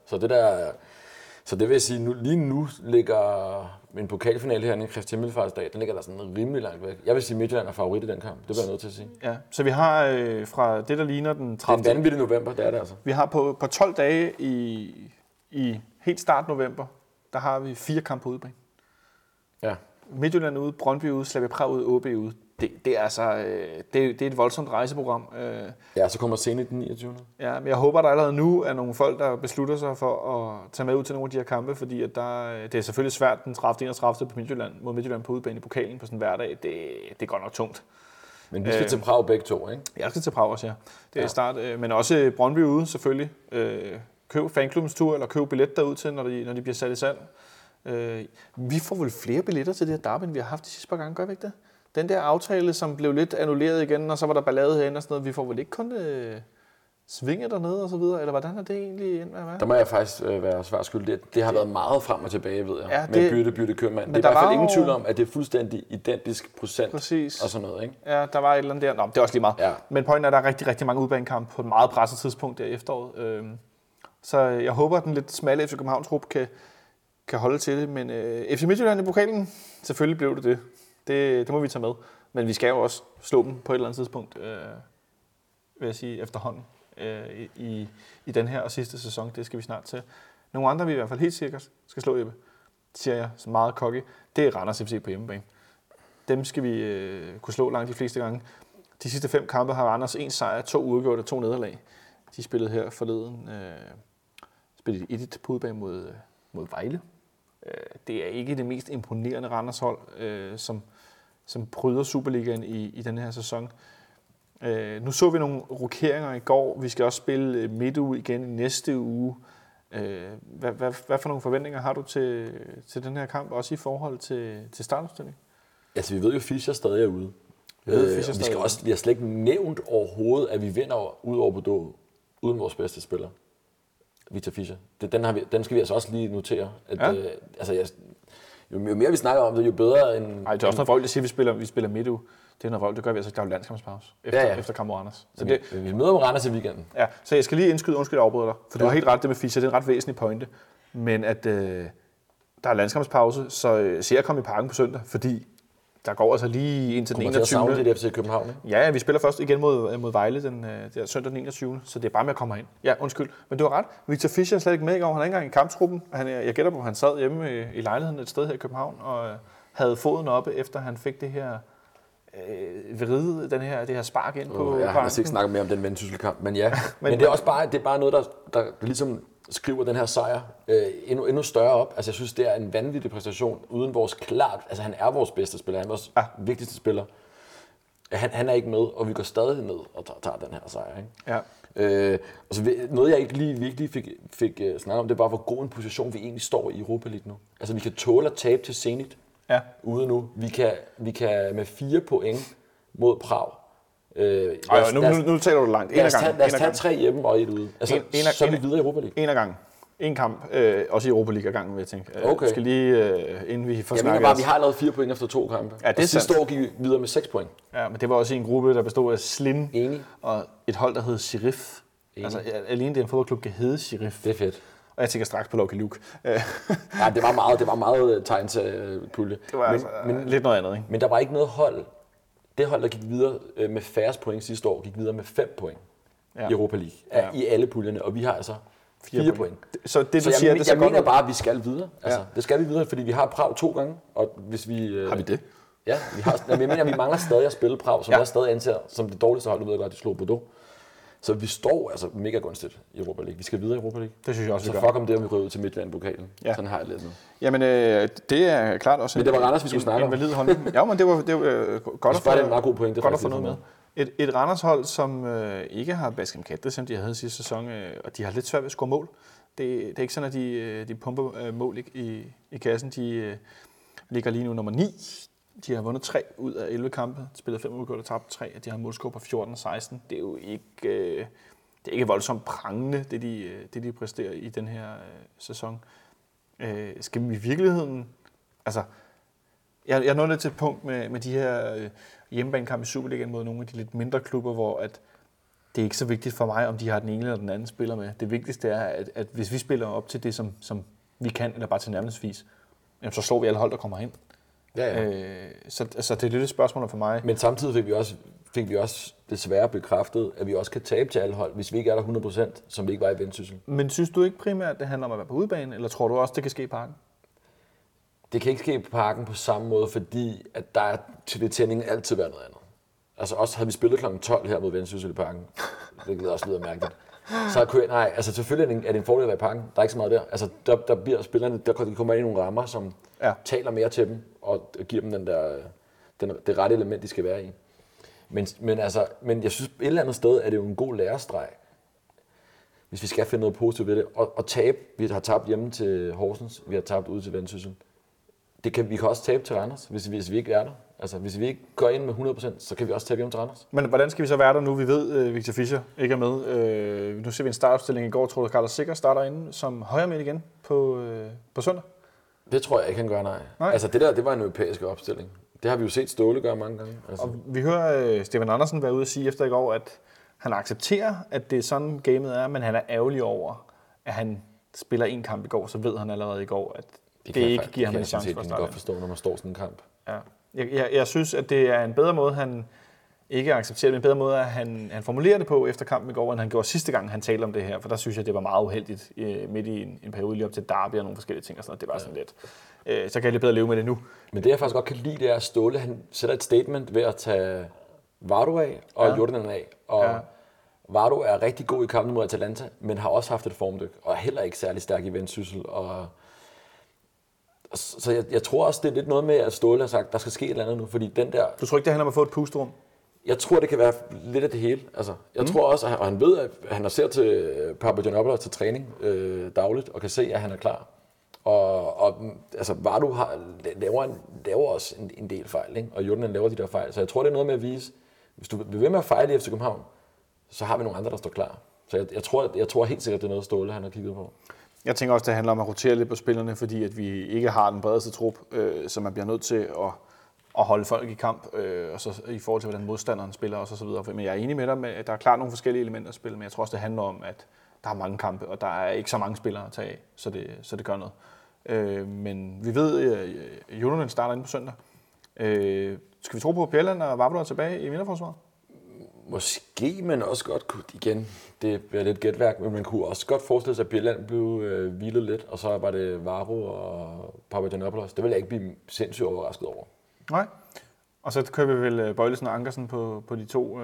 Speaker 3: Så det vil jeg sige, lige nu ligger en pokalfinale herinde i Kristi Himmelfartsdag, den ligger der sådan rimelig langt væk. Jeg vil sige, at Midtjylland er favorit i den kamp. Det bliver jeg nødt til at sige. Ja,
Speaker 2: så vi har fra det, der ligner den 30.
Speaker 3: Det er en vanvittig november, det er det altså.
Speaker 2: Vi har på 12 dage i helt start november, der har vi 4 kampe på udebane. Ja. Midtjylland ude, Brøndby ude, Slavia Prag ude, OB ude. Det er altså det er et voldsomt rejseprogram.
Speaker 3: Ja, så kommer Zenit den 29.
Speaker 2: Ja, men jeg håber, der allerede nu er nogle folk, der beslutter sig for at tage med ud til nogle af de her kampe, fordi at det er selvfølgelig svært den 30. 31. på mod Midtjylland på udebane i pokalen på sådan en hverdag. Det er godt nok tungt.
Speaker 3: Men vi skal til Prag begge to, ikke?
Speaker 2: Jeg skal til Prag også, ja. Det er start, men også Brøndby ude selvfølgelig. køb fanklubbens tur, eller køb billet derud til, når de bliver sat i salg. Vi får vel flere billetter til det her derby, end vi har haft de sidste par gange, gør vi ikke det? Den der aftale, som blev lidt annulleret igen, og så var der ballade herinde og sådan noget, vi får vel ikke kun svinge dernede og så videre, eller hvordan er det egentlig ind med at være?
Speaker 3: Der må jeg faktisk være svært skyldig. Det har været meget frem og tilbage, ved jeg, med bytte købmand. Det er i hvert fald ingen tvivl om, at det er fuldstændig identisk procent.
Speaker 2: Præcis.
Speaker 3: Og sådan noget, ikke?
Speaker 2: Ja, der var et eller andet der. Nå, det er også lige meget. Ja. Men pointen er, at der er rigtig, rigtig mange udbanekampe på et meget presset tidspunkt der i efteråret. Så jeg håber, at den lidt smalle FC Københavns-trup kan holde til det. Men FC Midtjylland i pokalen, selvfølgelig blev det. Det må vi tage med. Men vi skal jo også slå dem på et eller andet tidspunkt, vil jeg sige, efterhånden. I den her og sidste sæson. Det skal vi snart til. Nogle andre, vi i hvert fald helt sikkert skal slå, Jeppe, siger jeg, så meget cocky, det er Randers FC på hjemmebane. Dem skal vi kunne slå langt de fleste gange. De sidste 5 kampe har Randers 1 sejr, 2 uafgjort og 2 nederlag. De spillede her forleden. Spillede 1-1 på udebane mod Vejle. Det er ikke det mest imponerende Randers hold, som bryder Superligaen i den her sæson. Nu så vi nogle rokeringer i går. Vi skal også spille midtuge igen i næste uge. Hvad for nogle forventninger har du til den her kamp, også i forhold til startopstilling?
Speaker 3: Altså, vi ved jo, Fischer stadig er ude. Vi har slet ikke nævnt overhovedet, at vi vinder ud over Bordeaux uden vores bedste spiller, Victor Fischer. Den skal vi altså også lige notere. Jo mere vi snakker om det, jo bedre end...
Speaker 2: Nej, det er også noget folk, der siger, at vi spiller midtuge. Det er noget vold, det gør vi altså, der er jo landskampspause efter kamp mod Randers.
Speaker 3: Så vi møder med Randers i weekenden.
Speaker 2: Ja, så jeg skal lige indskyde, undskyld, jeg afbryder dig, for du har helt ret det med Fischer, det er en ret væsentlig pointe. Men at der er landskampspause, så ser jeg komme i parken på søndag, fordi der går altså lige ind til den 21.
Speaker 3: Kommer til at savne det FC København, ikke?
Speaker 2: Ja, vi spiller først igen mod Vejle der søndag den 21. Så det er bare med at komme herind. Ja, undskyld. Men du har ret. Victor Fischer er slet ikke med i går. Han er ikke engang i kamptruppen. Jeg gætter på, at han sad hjemme i lejligheden et sted her i København og havde foden oppe, efter han fik det her vride, det her spark ind på
Speaker 3: jeg har ikke snakket mere om den Vendsyssel-kamp, men ja. men det er bare noget, der ligesom skriver den her sejr endnu større op. Altså jeg synes, det er en vanvittig præstation uden vores klart. Altså han er vores bedste spiller, han er vores vigtigste spiller. Han er ikke med, og vi går stadig ned og tager den her sejr, ikke?
Speaker 2: Ja.
Speaker 3: Og så noget jeg ikke lige virkelig fik snakket om, det er bare, hvor god en position vi egentlig står i Europa League nu. Altså vi kan tåle at tabe til Zenit ude nu. Vi kan med 4 point mod Prag.
Speaker 2: Nu taler du langt.
Speaker 3: Lad os tage 3 hjemme og 1 ude. Altså, så er vi videre i Europa League.
Speaker 2: En af gangen. En kamp, også i Europa League af gangen, vil jeg tænke. Okay. Skal lige, inden vi får snakket...
Speaker 3: vi har lavet 4 point efter 2 kampe.
Speaker 2: Ja, det er
Speaker 3: sidste år gik vi videre med 6 point.
Speaker 2: Ja, men det var også i en gruppe, der bestod af Slim og et hold, der hed Sheriff. Altså, alene det en fodboldklub kan hedde Sheriff.
Speaker 3: Det er fedt.
Speaker 2: Og jeg tænker straks på Lucky Luke.
Speaker 3: Nej, det var meget tegn til pulje.
Speaker 2: Det var men lidt noget andet, ikke?
Speaker 3: Men der var ikke noget hold. Det hold, der gik videre med færrest point sidste år, gik videre med 5 point i Europa League. I alle puljerne, og vi har altså 4 point.
Speaker 2: Så det, du siger,
Speaker 3: jeg mener bare, at vi skal videre. Altså, det skal vi videre, fordi vi har Prag 2 gange, og hvis vi...
Speaker 2: Har vi det?
Speaker 3: Ja, jeg mener, vi mangler stadig at spille Prag, som jeg stadig anser som det dårligste hold, du ved godt, de slog Bordeaux. Så vi står altså mega gunstigt i Europa League. Vi skal videre i Europa League.
Speaker 2: Det synes jeg også,
Speaker 3: så fuck om det, om vi ryger ud til Midtjylland-pokalen. Ja. Sådan har jeg lidt nu.
Speaker 2: Jamen, det er klart også...
Speaker 3: Men det var Randers, vi skulle snakke om.
Speaker 2: Ja, men det var godt at få
Speaker 3: en meget god pointe,
Speaker 2: godt at få noget med. Et Randers-hold, som ikke har Baskem Kette, som de havde sidste sæson, og de har lidt svært ved at score mål. Det er ikke sådan, at de pumper mål i kassen. De ligger lige nu nummer 9. De har vundet 3 ud af 11 kampe, spillet 5 uafgjort og tabt 3. De har en målscore på 14-16. Det er jo ikke voldsomt prangende, det de præsterer i den her sæson. Skal vi i virkeligheden... Altså, jeg er nået lidt til et punkt med de her hjemmebanekampe i Superligaen mod nogle af de lidt mindre klubber, hvor at det er ikke så vigtigt for mig, om de har den ene eller den anden spiller med. Det vigtigste er, at hvis vi spiller op til det, som vi kan, eller bare til nærmelsesvis, så slår vi alle hold, der kommer hen.
Speaker 3: Ja.
Speaker 2: Så det er lidt et spørgsmål for mig.
Speaker 3: Men samtidig fik vi også desværre bekræftet, at vi også kan tabe til alle hold, hvis vi ikke er der 100%, som vi ikke var i Vendsyssel.
Speaker 2: Men synes du ikke primært, at det handler om at være på udebane, eller tror du også, det kan ske i parken?
Speaker 3: Det kan ikke ske på parken på samme måde, fordi at der er til tændingen altid været noget andet. Altså også havde vi spillet kl. 12 her mod Vendsyssel i parken, det også lyder mærkeligt. Så altså selvfølgelig er det en fordel at være i parken. Der er ikke så meget der. Altså der bliver spillerne, der kommer ind i nogle rammer, som taler mere til dem og giver dem det rette element, de skal være i. Men jeg synes et eller andet sted er det jo en god lærestreg hvis vi skal finde noget positivt ved det, og tabe, vi har tabt hjemme til Horsens, vi har tabt ude til Vendsyssel. Vi kan også tabe til Randers, hvis vi ikke er der. Altså, hvis vi ikke går ind med 100%, så kan vi også tabe hjemme til Randers.
Speaker 2: Men hvordan skal vi så være der nu? Vi ved, Victor Fischer ikke er med. Nu ser vi en startopstilling i går. Tror du, at Carlos Sikker starter inde som højre midt igen på søndag?
Speaker 3: Det tror jeg ikke, han gør, nej. Altså, det var en europæisk opstilling. Det har vi jo set Ståle gøre mange gange. Altså.
Speaker 2: Og vi hører Stefan Andersen være ude og sige efter i går, at han accepterer, at det er sådan gamet er, men han er ærgerlig over, at han spiller en kamp i går, så ved han allerede i går, at det ikke giver ham en chance for at starte.
Speaker 3: Det kan jeg godt forstå, når man står sådan en kamp.
Speaker 2: Ja. Jeg synes, at det er en bedre måde, han ikke accepterer det, men en bedre måde, at han formulerer det på efter kampen i går, end han gjorde sidste gang, han talte om det her, for der synes jeg, det var meget uheldigt midt i en periode lige op til Derby og nogle forskellige ting og sådan noget. Det var sådan lidt. Så kan jeg lidt bedre leve med det nu.
Speaker 3: Men det, jeg faktisk godt kan lide, det er, at Ståle han sætter et statement ved at tage Vardo af og Jordan af. Og Vardo er rigtig god i kampen mod Atalanta, men har også haft et formdyk, og er heller ikke særlig stærk i Vendsyssel. Så jeg tror også, det er lidt noget med, at Ståle har sagt, at der skal ske et eller andet nu, fordi den der...
Speaker 2: Du tror ikke, det handler om at få et pusterum?
Speaker 3: Jeg tror, det kan være lidt af det hele. Altså, jeg tror også, og han ved, at han har set til Papagiannopoulos til træning dagligt, og kan se, at han er klar. Og altså, Vardo laver også en del fejl, ikke? Og Jordan laver de der fejl. Så jeg tror, det er noget med at vise, hvis du vil ved med at fejle i FC København, så har vi nogle andre, der står klar. Så jeg tror helt sikkert, det er noget Ståle, han har kigget på.
Speaker 2: Jeg tænker også, det handler om at rotere lidt på spillerne, fordi at vi ikke har den bredeste trup, så man bliver nødt til at holde folk i kamp, og så i forhold til, hvordan modstanderen spiller og så videre. Men jeg er enig med dig med, at der er klart nogle forskellige elementer at spille, men jeg tror også, det handler om, at der er mange kampe, og der er ikke så mange spillere at tage af, så det gør noget. Men vi ved, at Jonas starter inde på søndag. Skal vi tro på, at Bjelland og Vavlo er tilbage i vinterforsvaret?
Speaker 3: Måske, men også godt kunne igen. Det bliver lidt gætværk, men man kunne også godt forestille sig, at Bjelland blev hvilet lidt, og så var det Varo og Papagiannopoulos. Det vil jeg ikke blive sindssygt overrasket over.
Speaker 2: Nej. Og så kører vi vel Bøjlesen og Ankersen på de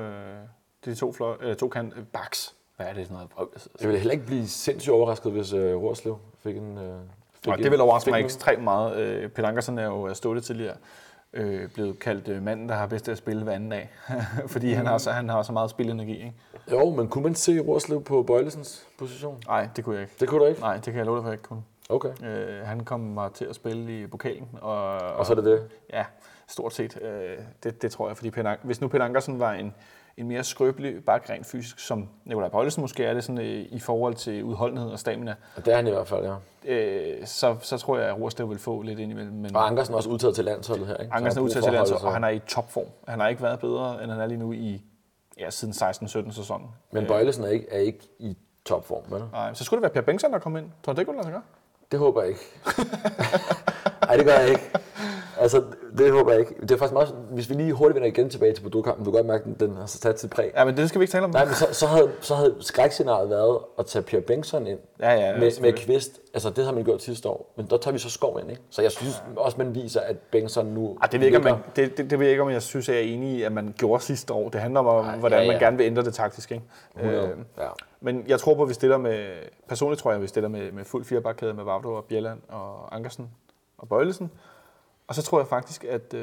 Speaker 2: to backs. Hvad er det sådan noget?
Speaker 3: Jeg vil heller ikke blive sindssygt overrasket, hvis Rorslev fik en...
Speaker 2: det vil overraske mig ekstremt meget. Peter Ankersen er jo stået tidligere. Blevet kaldt manden, der har bedst at spille hver anden dag. Fordi han har så meget spilenergi, ikke?
Speaker 3: Jo, men kunne man se Rorslev på Bøjlesens position?
Speaker 2: Nej, det kunne jeg ikke.
Speaker 3: Det kunne du ikke?
Speaker 2: Nej, det kan jeg love dig for, jeg ikke kunne.
Speaker 3: Okay.
Speaker 2: Han kom til at spille i pokalen.
Speaker 3: Og så er det?
Speaker 2: Ja, stort set. Det tror jeg, fordi hvis nu Peter Ankersen var en mere skrøbelig bak rent fysisk, som Nikolaj Bøjlesen måske er det sådan i forhold til udholdenhed og stamina.
Speaker 3: Og det er han i hvert fald, ja.
Speaker 2: Så tror jeg, at Rorslev vil få lidt ind imellem. Men
Speaker 3: og Ankersen er også udtaget til landsholdet her, ikke?
Speaker 2: Ankersen er udtaget til landsholdet, og han er i topform. Han har ikke været bedre, end han er lige nu siden 16-17 sæsonen.
Speaker 3: Men Bøjlesen er ikke i topform, vel?
Speaker 2: Nej, så skulle det være Per Bengtsson, der kom ind. Tror du, det kunne lade sig gøre?
Speaker 3: Det håber jeg ikke. Nej, det gør jeg ikke. Altså, det håber jeg ikke. Det er faktisk meget, hvis vi lige hurtigt vender igen tilbage til Bordeaux-kampen, du kan godt mærke, at den har sat sit præg.
Speaker 2: Ja, men det skal vi ikke tale om.
Speaker 3: Nej, men så havde skrækscenariet været at tage Per Bengtsson ind med Kvist. Altså, det har man gjort sidste år. Men der tager vi så Skov ind, ikke? Så jeg synes også, man viser, at Bengtsson nu...
Speaker 2: Det ved jeg ikke, om jeg synes, jeg er enig i, at man gjorde sidste år. Det handler om, hvordan man gerne vil ændre det taktisk, ikke? Men jeg tror på, at vi stiller med... Personligt tror jeg, at vi stiller med fuld firebakkæde med Vavdo og Bjelland og Ankersen og Bøjlesen. Og så tror jeg faktisk,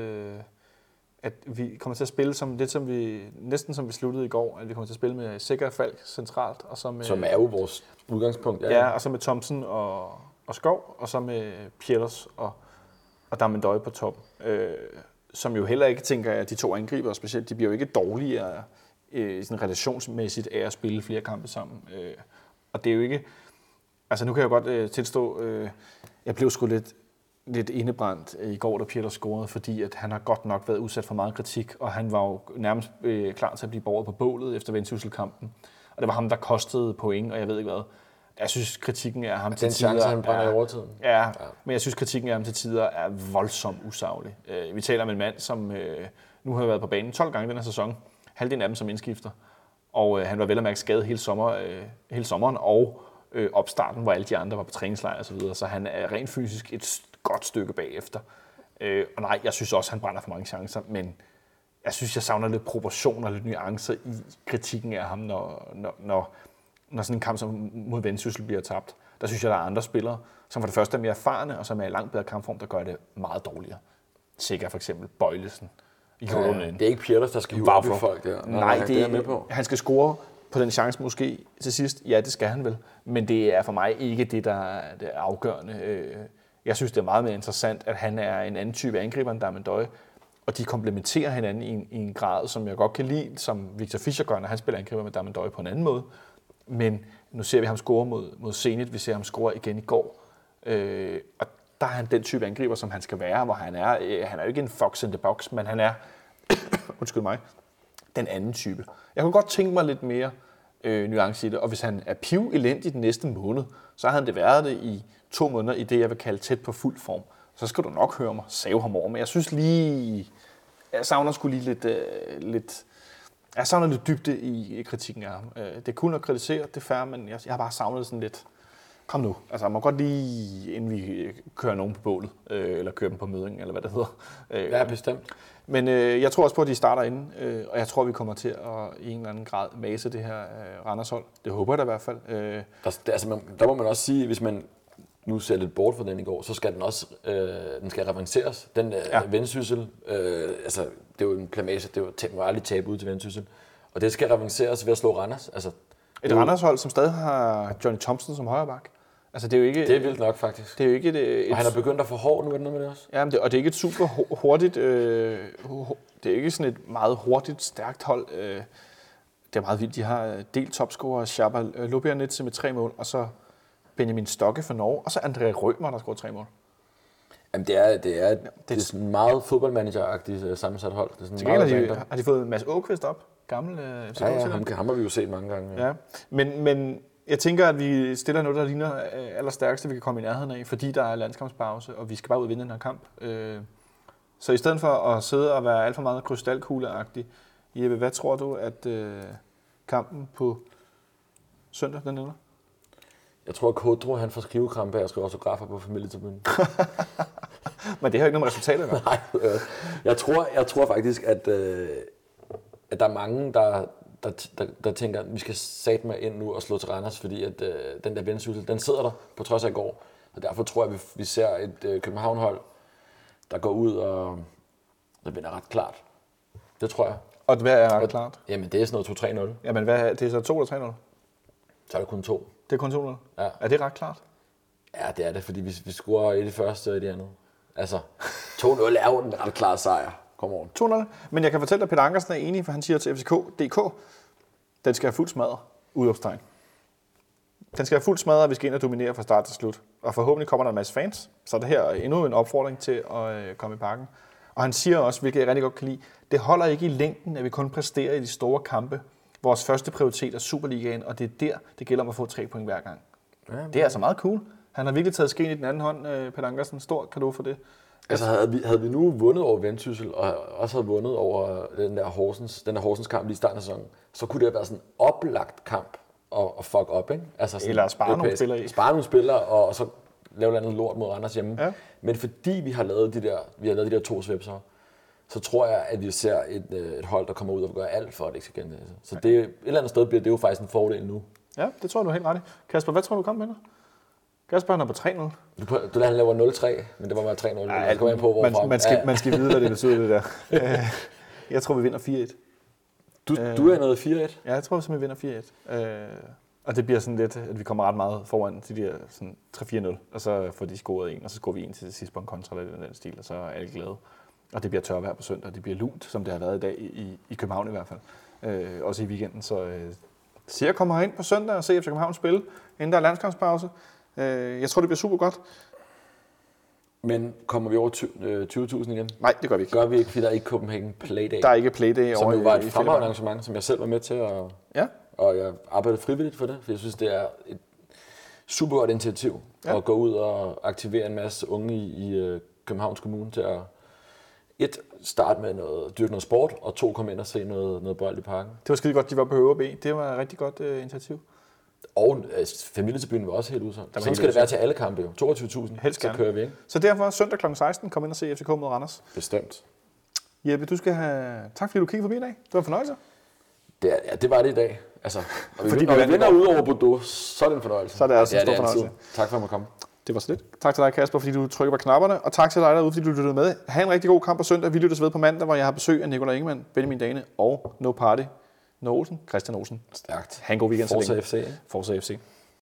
Speaker 2: at vi kommer til at spille næsten som vi sluttede i går, at vi kommer til at spille med Sikker Falk centralt. Og så med,
Speaker 3: som er jo vores udgangspunkt.
Speaker 2: Ja, og så med Thomsen og Skov, og så med Pieters og Damendøj på top. Som jo heller ikke tænker, at de to angriber specielt, de bliver jo ikke dårligere sådan relationsmæssigt af at spille flere kampe sammen. Og det er jo ikke... Altså nu kan jeg godt tilstå, jeg blev sgu lidt indebrændt i går, da Pieter scorede, fordi at han har godt nok været udsat for meget kritik, og han var jo nærmest klar til at blive båret på bålet efter Vendsyssel-kampen. Og det var ham, der kostede point, og jeg ved ikke hvad. Jeg synes, kritikken af ham til tider...
Speaker 3: Den chance, han brænder i overtiden.
Speaker 2: Ja, men jeg synes, kritikken af ham til tider er voldsomt usaglig. Vi taler om en mand, som nu har været på banen 12 gange den her sæson. Halvdelen af dem som indskifter. Og han var vel at mærke skadet hele sommeren, og opstarten, hvor alle de andre var på træningslejr og så videre. Så han er rent fysisk et godt stykke bagefter. Og nej, jeg synes også, han brænder for mange chancer, men jeg synes, jeg savner lidt proportioner, lidt nuancer i kritikken af ham, når sådan en kamp som mod Vendsyssel bliver tabt. Der synes jeg, der er andre spillere, som for det første er mere erfarne, og som er i langt bedre kampform, der gør det meget dårligere. Sikker for eksempel Bøjlesen.
Speaker 3: Det er ikke Pieters, der skal hive op i folk der.
Speaker 2: Nej, det er med på. Han skal score på den chance måske til sidst. Ja, det skal han vel. Men det er for mig ikke det, der er det afgørende. Jeg synes, det er meget mere interessant, at han er en anden type angriber end Darmen Døje. Og de komplementerer hinanden i en grad, som jeg godt kan lide, som Victor Fischer gør, når han spiller angriber med Darmen Døje på en anden måde. Men nu ser vi ham score mod Zenit. Vi ser ham score igen i går. Og der er han den type angriber, som han skal være, hvor han er. Han er jo ikke en fox in the box, men han er, undskyld mig, den anden type. Jeg kunne godt tænke mig lidt mere nuance i det, og hvis han er piv-elendig den næste måned, så har han det været det i 2 måneder i det, jeg vil kalde tæt på fuld form. Så skal du nok høre mig save ham over, men jeg synes lige, jeg savner sgu lige lidt jeg savner lidt dybde i kritikken af ham. Det er kun at kritisere, det er fair, men jeg har bare savnet sådan lidt, kom nu, altså jeg må godt lige, inden vi kører nogen på bålet, eller kører dem på møding, eller hvad det hedder.
Speaker 3: Ja, bestemt.
Speaker 2: Men jeg tror også på, at de starter inden, og jeg tror, vi kommer til at i en eller anden grad mase det her Randers-hold. Det håber jeg da i hvert fald.
Speaker 3: Der må man også sige, hvis man nu ser lidt bort fra den i går, så skal den også den skal revanceres. Den Vendsyssel, altså det er jo en plamage, det må aldrig tabe ud til Vendsyssel. Og det skal revanceres ved at slå Randers. Altså,
Speaker 2: et Randers-hold, som stadig har Johnny Thompson som højreback. Altså, det er jo ikke...
Speaker 3: Det er vildt nok, faktisk.
Speaker 2: Det er jo ikke
Speaker 3: og han er begyndt at få hård nu, er det noget med det også?
Speaker 2: Ja, og det er ikke et super hurtigt... det er ikke sådan et meget hurtigt, stærkt hold. Det er meget vildt. De har delt topscorer Shabba Lubianitse med 3 mål, og så Benjamin Stokke for Norge, og så André Rømer, der scorer 3 mål.
Speaker 3: Jamen, det er sådan meget fodboldmanager-agtigt sammensat hold. Det er sådan
Speaker 2: har de fået Mads Åkvist op? Gammel
Speaker 3: ham har vi jo set mange gange.
Speaker 2: Ja. Men jeg tænker, at vi stiller noget, der ligner allerstærkeste, vi kan komme i nærheden af, fordi der er landskampspause, og vi skal bare ud og vinde den her kamp. Så i stedet for at sidde og være alt for meget krystalkugleagtig, Jeppe, hvad tror du, at kampen på søndag, den ender?
Speaker 3: Jeg tror, at Kodro, han får skrivekrampe af at skrive autografer på familietribunen.
Speaker 2: Men det har jo ikke nogen resultater.
Speaker 3: Nej, jeg tror faktisk, at der er mange, der tænker, at vi skal satme ind nu og slå til Randers, fordi at den der Vendsyssel, den sidder der på trods af i går. Og derfor tror jeg, at vi ser et København-hold, der går ud og der vinder ret klart. Det tror jeg.
Speaker 2: Og hvad er ret klart?
Speaker 3: Jamen, det er sådan noget 2-3-0.
Speaker 2: Jamen, det er så 2 eller 3-0?
Speaker 3: Så er det kun 2.
Speaker 2: Det er kun 2-0?
Speaker 3: Ja.
Speaker 2: Er det ret klart?
Speaker 3: Ja, det er det, fordi vi scorer i det første og i det andet. Altså, 2-0 er jo en ret klar sejr. Kom on. 2-0.
Speaker 2: Men jeg kan fortælle dig, at Peter Ankersen er enig, for han siger til FCK.dk, den skal have fuld smadret. Udopstegn. Den skal have fuld smadret, og vi skal ind og dominere fra start til slut. Og forhåbentlig kommer der en masse fans, så er det her endnu en opfordring til at komme i parken. Og han siger også, hvilket jeg rigtig godt kan lide, det holder ikke i længden, at vi kun præsterer i de store kampe. Vores første prioritet er Superligaen, og det er der, det gælder om at få 3 point hver gang. Ja, det er altså meget cool. Han har virkelig taget skeen i den anden hånd, Peter Ankersen. Stor cadeau for det.
Speaker 3: Altså havde vi nu vundet over Vendsyssel, og også havde vundet over den der Horsens kamp lige i starten af sæsonen, så kunne det have været sådan en oplagt kamp at fuck op, ikke? Altså sådan
Speaker 2: eller spare nogle spillere i.
Speaker 3: Spare nogle spillere, og så lave noget lort mod Randers hjemme. Ja. Men fordi vi har lavet de der 2 svipser, så tror jeg, at vi ser et hold, der kommer ud og gør alt for, at det ikke skal gentage sig. Så det, et eller andet sted bliver det jo faktisk en fordel nu.
Speaker 2: Ja, det tror jeg, du er helt ret i. Kasper, hvad tror du kom med dig? Kasper, han er på 3-0.
Speaker 3: Du lader han laver 0-3, men det var bare 3-0. Ja, på,
Speaker 2: man skal vide, hvad det betyder, det der. Jeg tror, vi vinder 4-1.
Speaker 3: Du er noget 4-1?
Speaker 2: Ja, jeg tror, vi vinder 4-1. Og det bliver sådan lidt, at vi kommer ret meget foran til de der sådan 3-4-0, og så får de scoret en, og så scorer vi en til sidst på en kontra eller den stil, og så er alle glade. Og det bliver tørvejr på søndag, og det bliver lunt, som det har været i dag i København i hvert fald. Også i weekenden, så se at komme herind på søndag og se FC København spille, inden der er landskampspause. Jeg tror, det bliver super godt.
Speaker 3: Men kommer vi over 20.000 igen?
Speaker 2: Nej, det gør vi ikke.
Speaker 3: Gør vi ikke, fordi der er ikke Copenhagen Playday.
Speaker 2: Der er ikke Playday
Speaker 3: over i Som jo var et fremragende arrangement, som jeg selv var med til. Og jeg arbejdede frivilligt for det, for jeg synes, det er et super godt initiativ at gå ud og aktivere en masse unge i Københavns Kommune til at starte med dyrke noget sport, og 2 komme ind og se noget bold i parken.
Speaker 2: Det var skide godt, de var på ØB. Det var et rigtig godt initiativ.
Speaker 3: Og familietribunen var også helt udsolgt. Sådan skal det være til alle kampe jo. 22.000, så kører vi, ikke?
Speaker 2: Så derfor søndag kl. 16, kom ind og se FCK mod Randers.
Speaker 3: Bestemt.
Speaker 2: Jeppe, du skal have... Tak fordi du kiggede forbi i dag. Det var en fornøjelse.
Speaker 3: Det var det i dag. Altså, når vi vinder ud over Bordeaux, så er det en fornøjelse.
Speaker 2: Så er det altså en stor fornøjelse.
Speaker 3: Tak for at komme.
Speaker 2: Det var så lidt. Tak til dig, Kasper, fordi du trykker på knapperne, og tak til dig derude, fordi du lyttede med. Ha' en rigtig god kamp på søndag. Vi lyttes ved på mandag, hvor jeg har besøg af Nicolai Ingemann, Benjamin Dane og No Party Olsen, Christian Olsen.
Speaker 3: Stærkt.
Speaker 2: Ha' en god weekend.
Speaker 3: Forza FC.
Speaker 2: Forza FC.